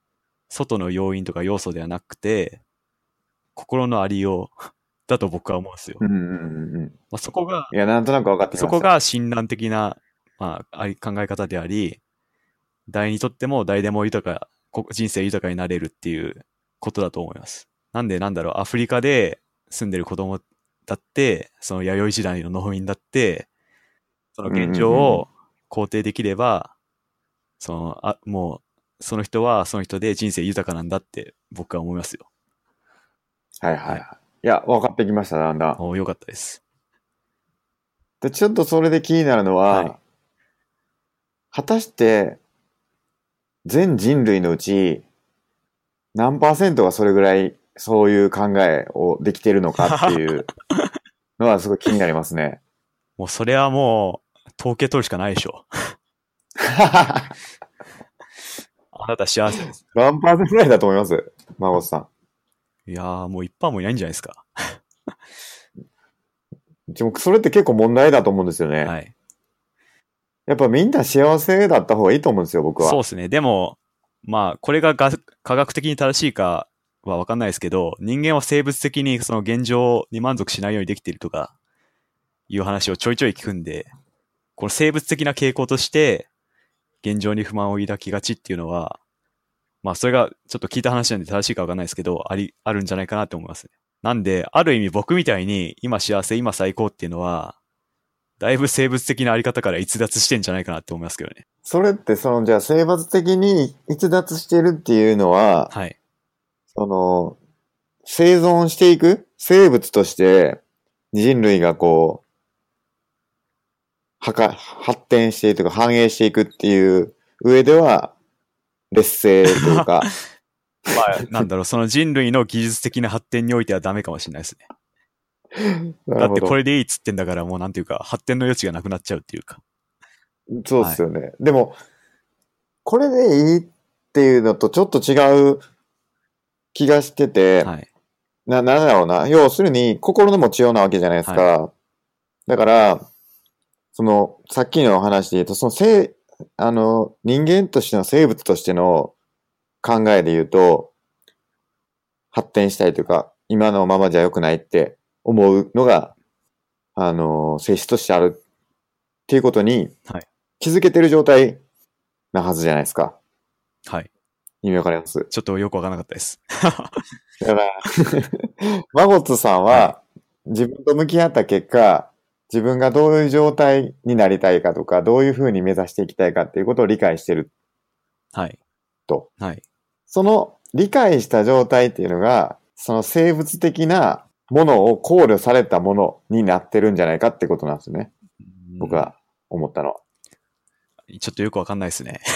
外の要因とか要素ではなくて、心のありようだと僕は思うんですよ。 うんうんうんうん。 まあ、そこが、 いや、なんとなく分かってきました。 そこが診断的な、まあ、あり考え方であり、誰にとっても誰でも豊か、こ人生豊かになれるっていうことだと思います。なんでなんだろう、アフリカで住んでる子供だって、その弥生時代の農民だって、その現状を肯定できれば、その、あ、もう、その人はその人で人生豊かなんだって僕は思いますよ。 はいはいはい。いや、分かってきました、だんだん。 お、よかったです。 で、ちょっとそれで気になるのは、 はい、 果たして、全人類のうち、何パーセントがそれぐらい、そういう考えをできてるのかっていうのはすごい気になりますね。 もうそれはもう、統計取るしかないでしょ。あなた幸せです。 何パーセントぐらいだと思います孫さいやー、もう一パーもいないんじゃないですか。 ん。でもそれって結構問題だと思うんですよね。 はい。 やっぱみんな幸せだった方がいいと思うんですよ、僕は。 そうですね。でも、まあ、これがが科学的に正しいかはわかんないですけど、人間は生物的にその現状に満足しないようにできているとか、いう話をちょいちょい聞くんで、この生物的な傾向として、現状に不満を抱きがちっていうのは、まあ、それがちょっと聞いた話なんで正しいかわかんないですけど、あり、あるんじゃないかなって思いますね。なんで、ある意味僕みたいに、今幸せ、今最高っていうのは、だいぶ生物的なあり方から逸脱してんじゃないかなって思いますけどね。 それってその、じゃあ生物的に逸脱してるっていうのは、 はい。 その、生存していく生物として人類がこう、はか、発展していくというか繁栄していくっていう上では、劣勢というか、 まあ、なんだろう、その人類の技術的な発展においてはダメかもしれないですね。 なるほど。 だってこれでいいっつってんだからもうなんていうか、発展の余地がなくなっちゃうっていうか。 そうですよね。はい、でも、これでいいっていうのとちょっと違う気がしてて、 はい。 な、なんだろうな。要するに、心の持ちようなわけじゃないですか。はい、だから、その、さっきの話で言うと、その、生、あの、人間としての生物としての考えで言うと、発展したいというか、今のままじゃ良くないって思うのが、あの、性質としてあるっていうことに気づけてる状態なはずじゃないですか。 はい。 意味わかります？ ちょっとよくわからなかったです。 だから、マゴッツさんは自分と向き合った結果、自分がどういう状態になりたいかとか、どういうふうに目指していきたいかっていうことを理解してる。 はい。 と。 はい。 その理解した状態っていうのが、その生物的なものを考慮されたものになってるんじゃないかってことなんですよね。僕は思ったのは。 ちょっとよくわかんないですね。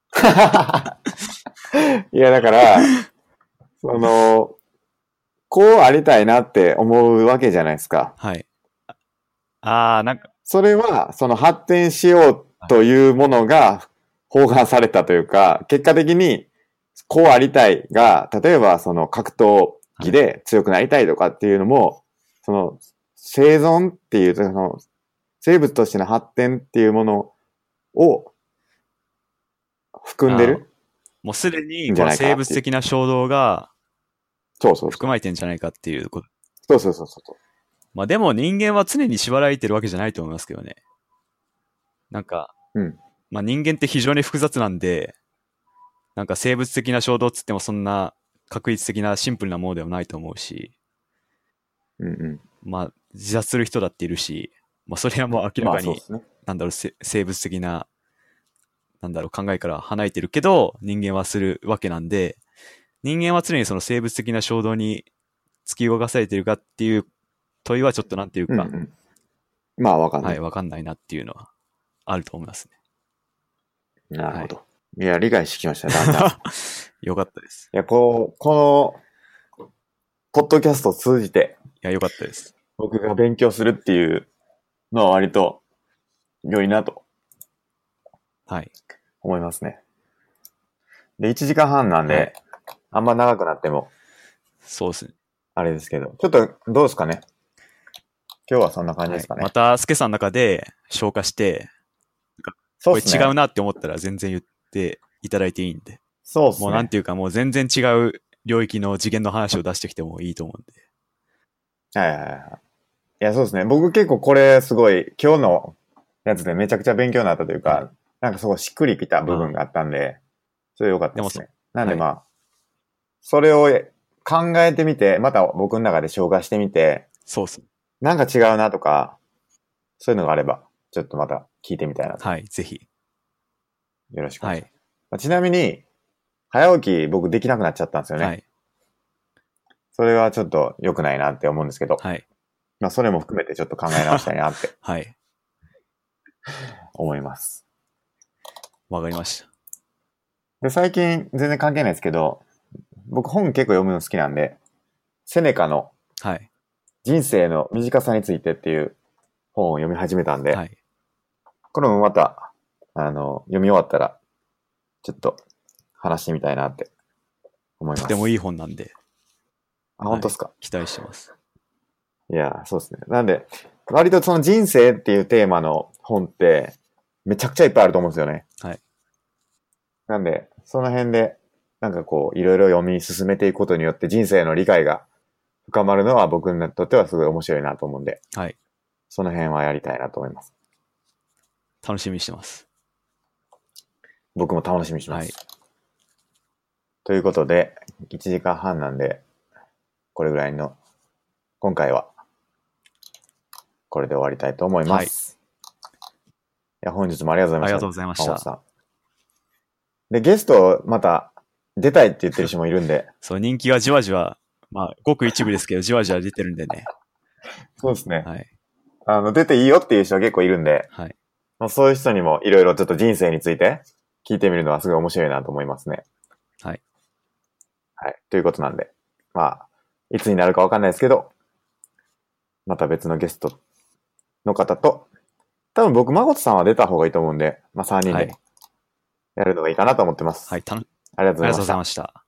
いや、だから、その、こうありたいなって思うわけじゃないですか。 はい。ああ、なんか。 それは、その発展しようというものが包含されたというか、結果的に、こうありたいが、例えばその格闘技で強くなりたいとかっていうのも、はい、その生存っていう、その生物としての発展っていうものを含んでる。 もうすでにこの生物的な衝動が含まれてんじゃないかっていうこと。 そうそうそうそう。 まあでも人間は常に縛られてるわけじゃないと思いますけどね。なんか、 うん、 まあ人間って非常に複雑なんで、なんか生物的な衝動っつってもそんな確率的なシンプルなものではないと思うし、 うんうん、 まあ自殺する人だっているし、まあそれはもう明らかに、ね、なんだろう、生物的な、なんだろう、考えから離れてるけど、人間はするわけなんで、人間は常にその生物的な衝動に突き動かされてるかっていう問いはちょっとなんていうか、 うんうん、まあわかんない。 はい、わかんないなっていうのはあると思いますね。なるほど。はい、いや、理解してきましたね、だんだん。 よかったです。 いや、こう、この、ポッドキャストを通じて、 いや、よかったです。 僕が勉強するっていうのは割と良いなと。はい。思いますね。で、いちじかんはんなんで、はい、あんま長くなっても。 そうですね。 あれですけど。ちょっと、どうですかね。今日はそんな感じですかね。 はい、また、スケさんの中で消化して、そうですね。これ違うなって思ったら全然言っていただいていいんで。 そうっすね。 もうなんていうかもう全然違う領域の次元の話を出してきてもいいと思うんで。 はいはいはい。いや、そうですね。僕結構これすごい、今日のやつでめちゃくちゃ勉強になったというか、 はい、 なんかすごいしっくりきた部分があったんで、それ良かったですね。なんでまあ、はい、それを考えてみて、また僕の中で消化してみて、 そうっす。 なんか違うなとか、そういうのがあれば、ちょっとまた聞いてみたいなと。 はい、ぜひ。 よろしくお願いします。はい、ちなみに、早起き僕できなくなっちゃったんですよね。はい。それはちょっと良くないなって思うんですけど、はい。まあそれも含めてちょっと考え直したいなって。はい。思います。 わかりました。 で、最近全然関係ないですけど、僕本結構読むの好きなんで、セネカの人生の短さについてっていう本を読み始めたんで、はい、これもまた、あの、読み終わったら、ちょっと話してみたいなって思います。 とてもいい本なんで。 あ、本当ですか、はい、 期待してます。 いや、そうですね。なんで、割とその人生っていうテーマの本って、めちゃくちゃいっぱいあると思うんですよね。はい。なんで、その辺で、なんかこう、いろいろ読み進めていくことによって人生の理解が深まるのは僕にとってはすごい面白いなと思うんで、はい。その辺はやりたいなと思います。 楽しみにしてます。 僕も楽しみにしてます。はい。ということで、いちじかんはんなんで、これぐらいの、今回は、これで終わりたいと思います。はい。いや、本日もありがとうございました。 ありがとうございました。 で、ゲスト、また、出たいって言ってる人もいるんで。 そう、人気はじわじわ、まあ、ごく一部ですけど、じわじわ出てるんでね。 そうですね。はい。あの、出ていいよっていう人は結構いるんで、はい。まあ、そういう人にもいろいろちょっと人生について聞いてみるのはすごい面白いなと思いますね。はい。はい。ということなんで、まあ、いつになるかわかんないですけど、また別のゲストの方と、多分僕、誠さんは出た方がいいと思うんで、まあさんにんでやるのがいいかなと思ってます。 はい。たのありがとうございました。 ありがとうございました。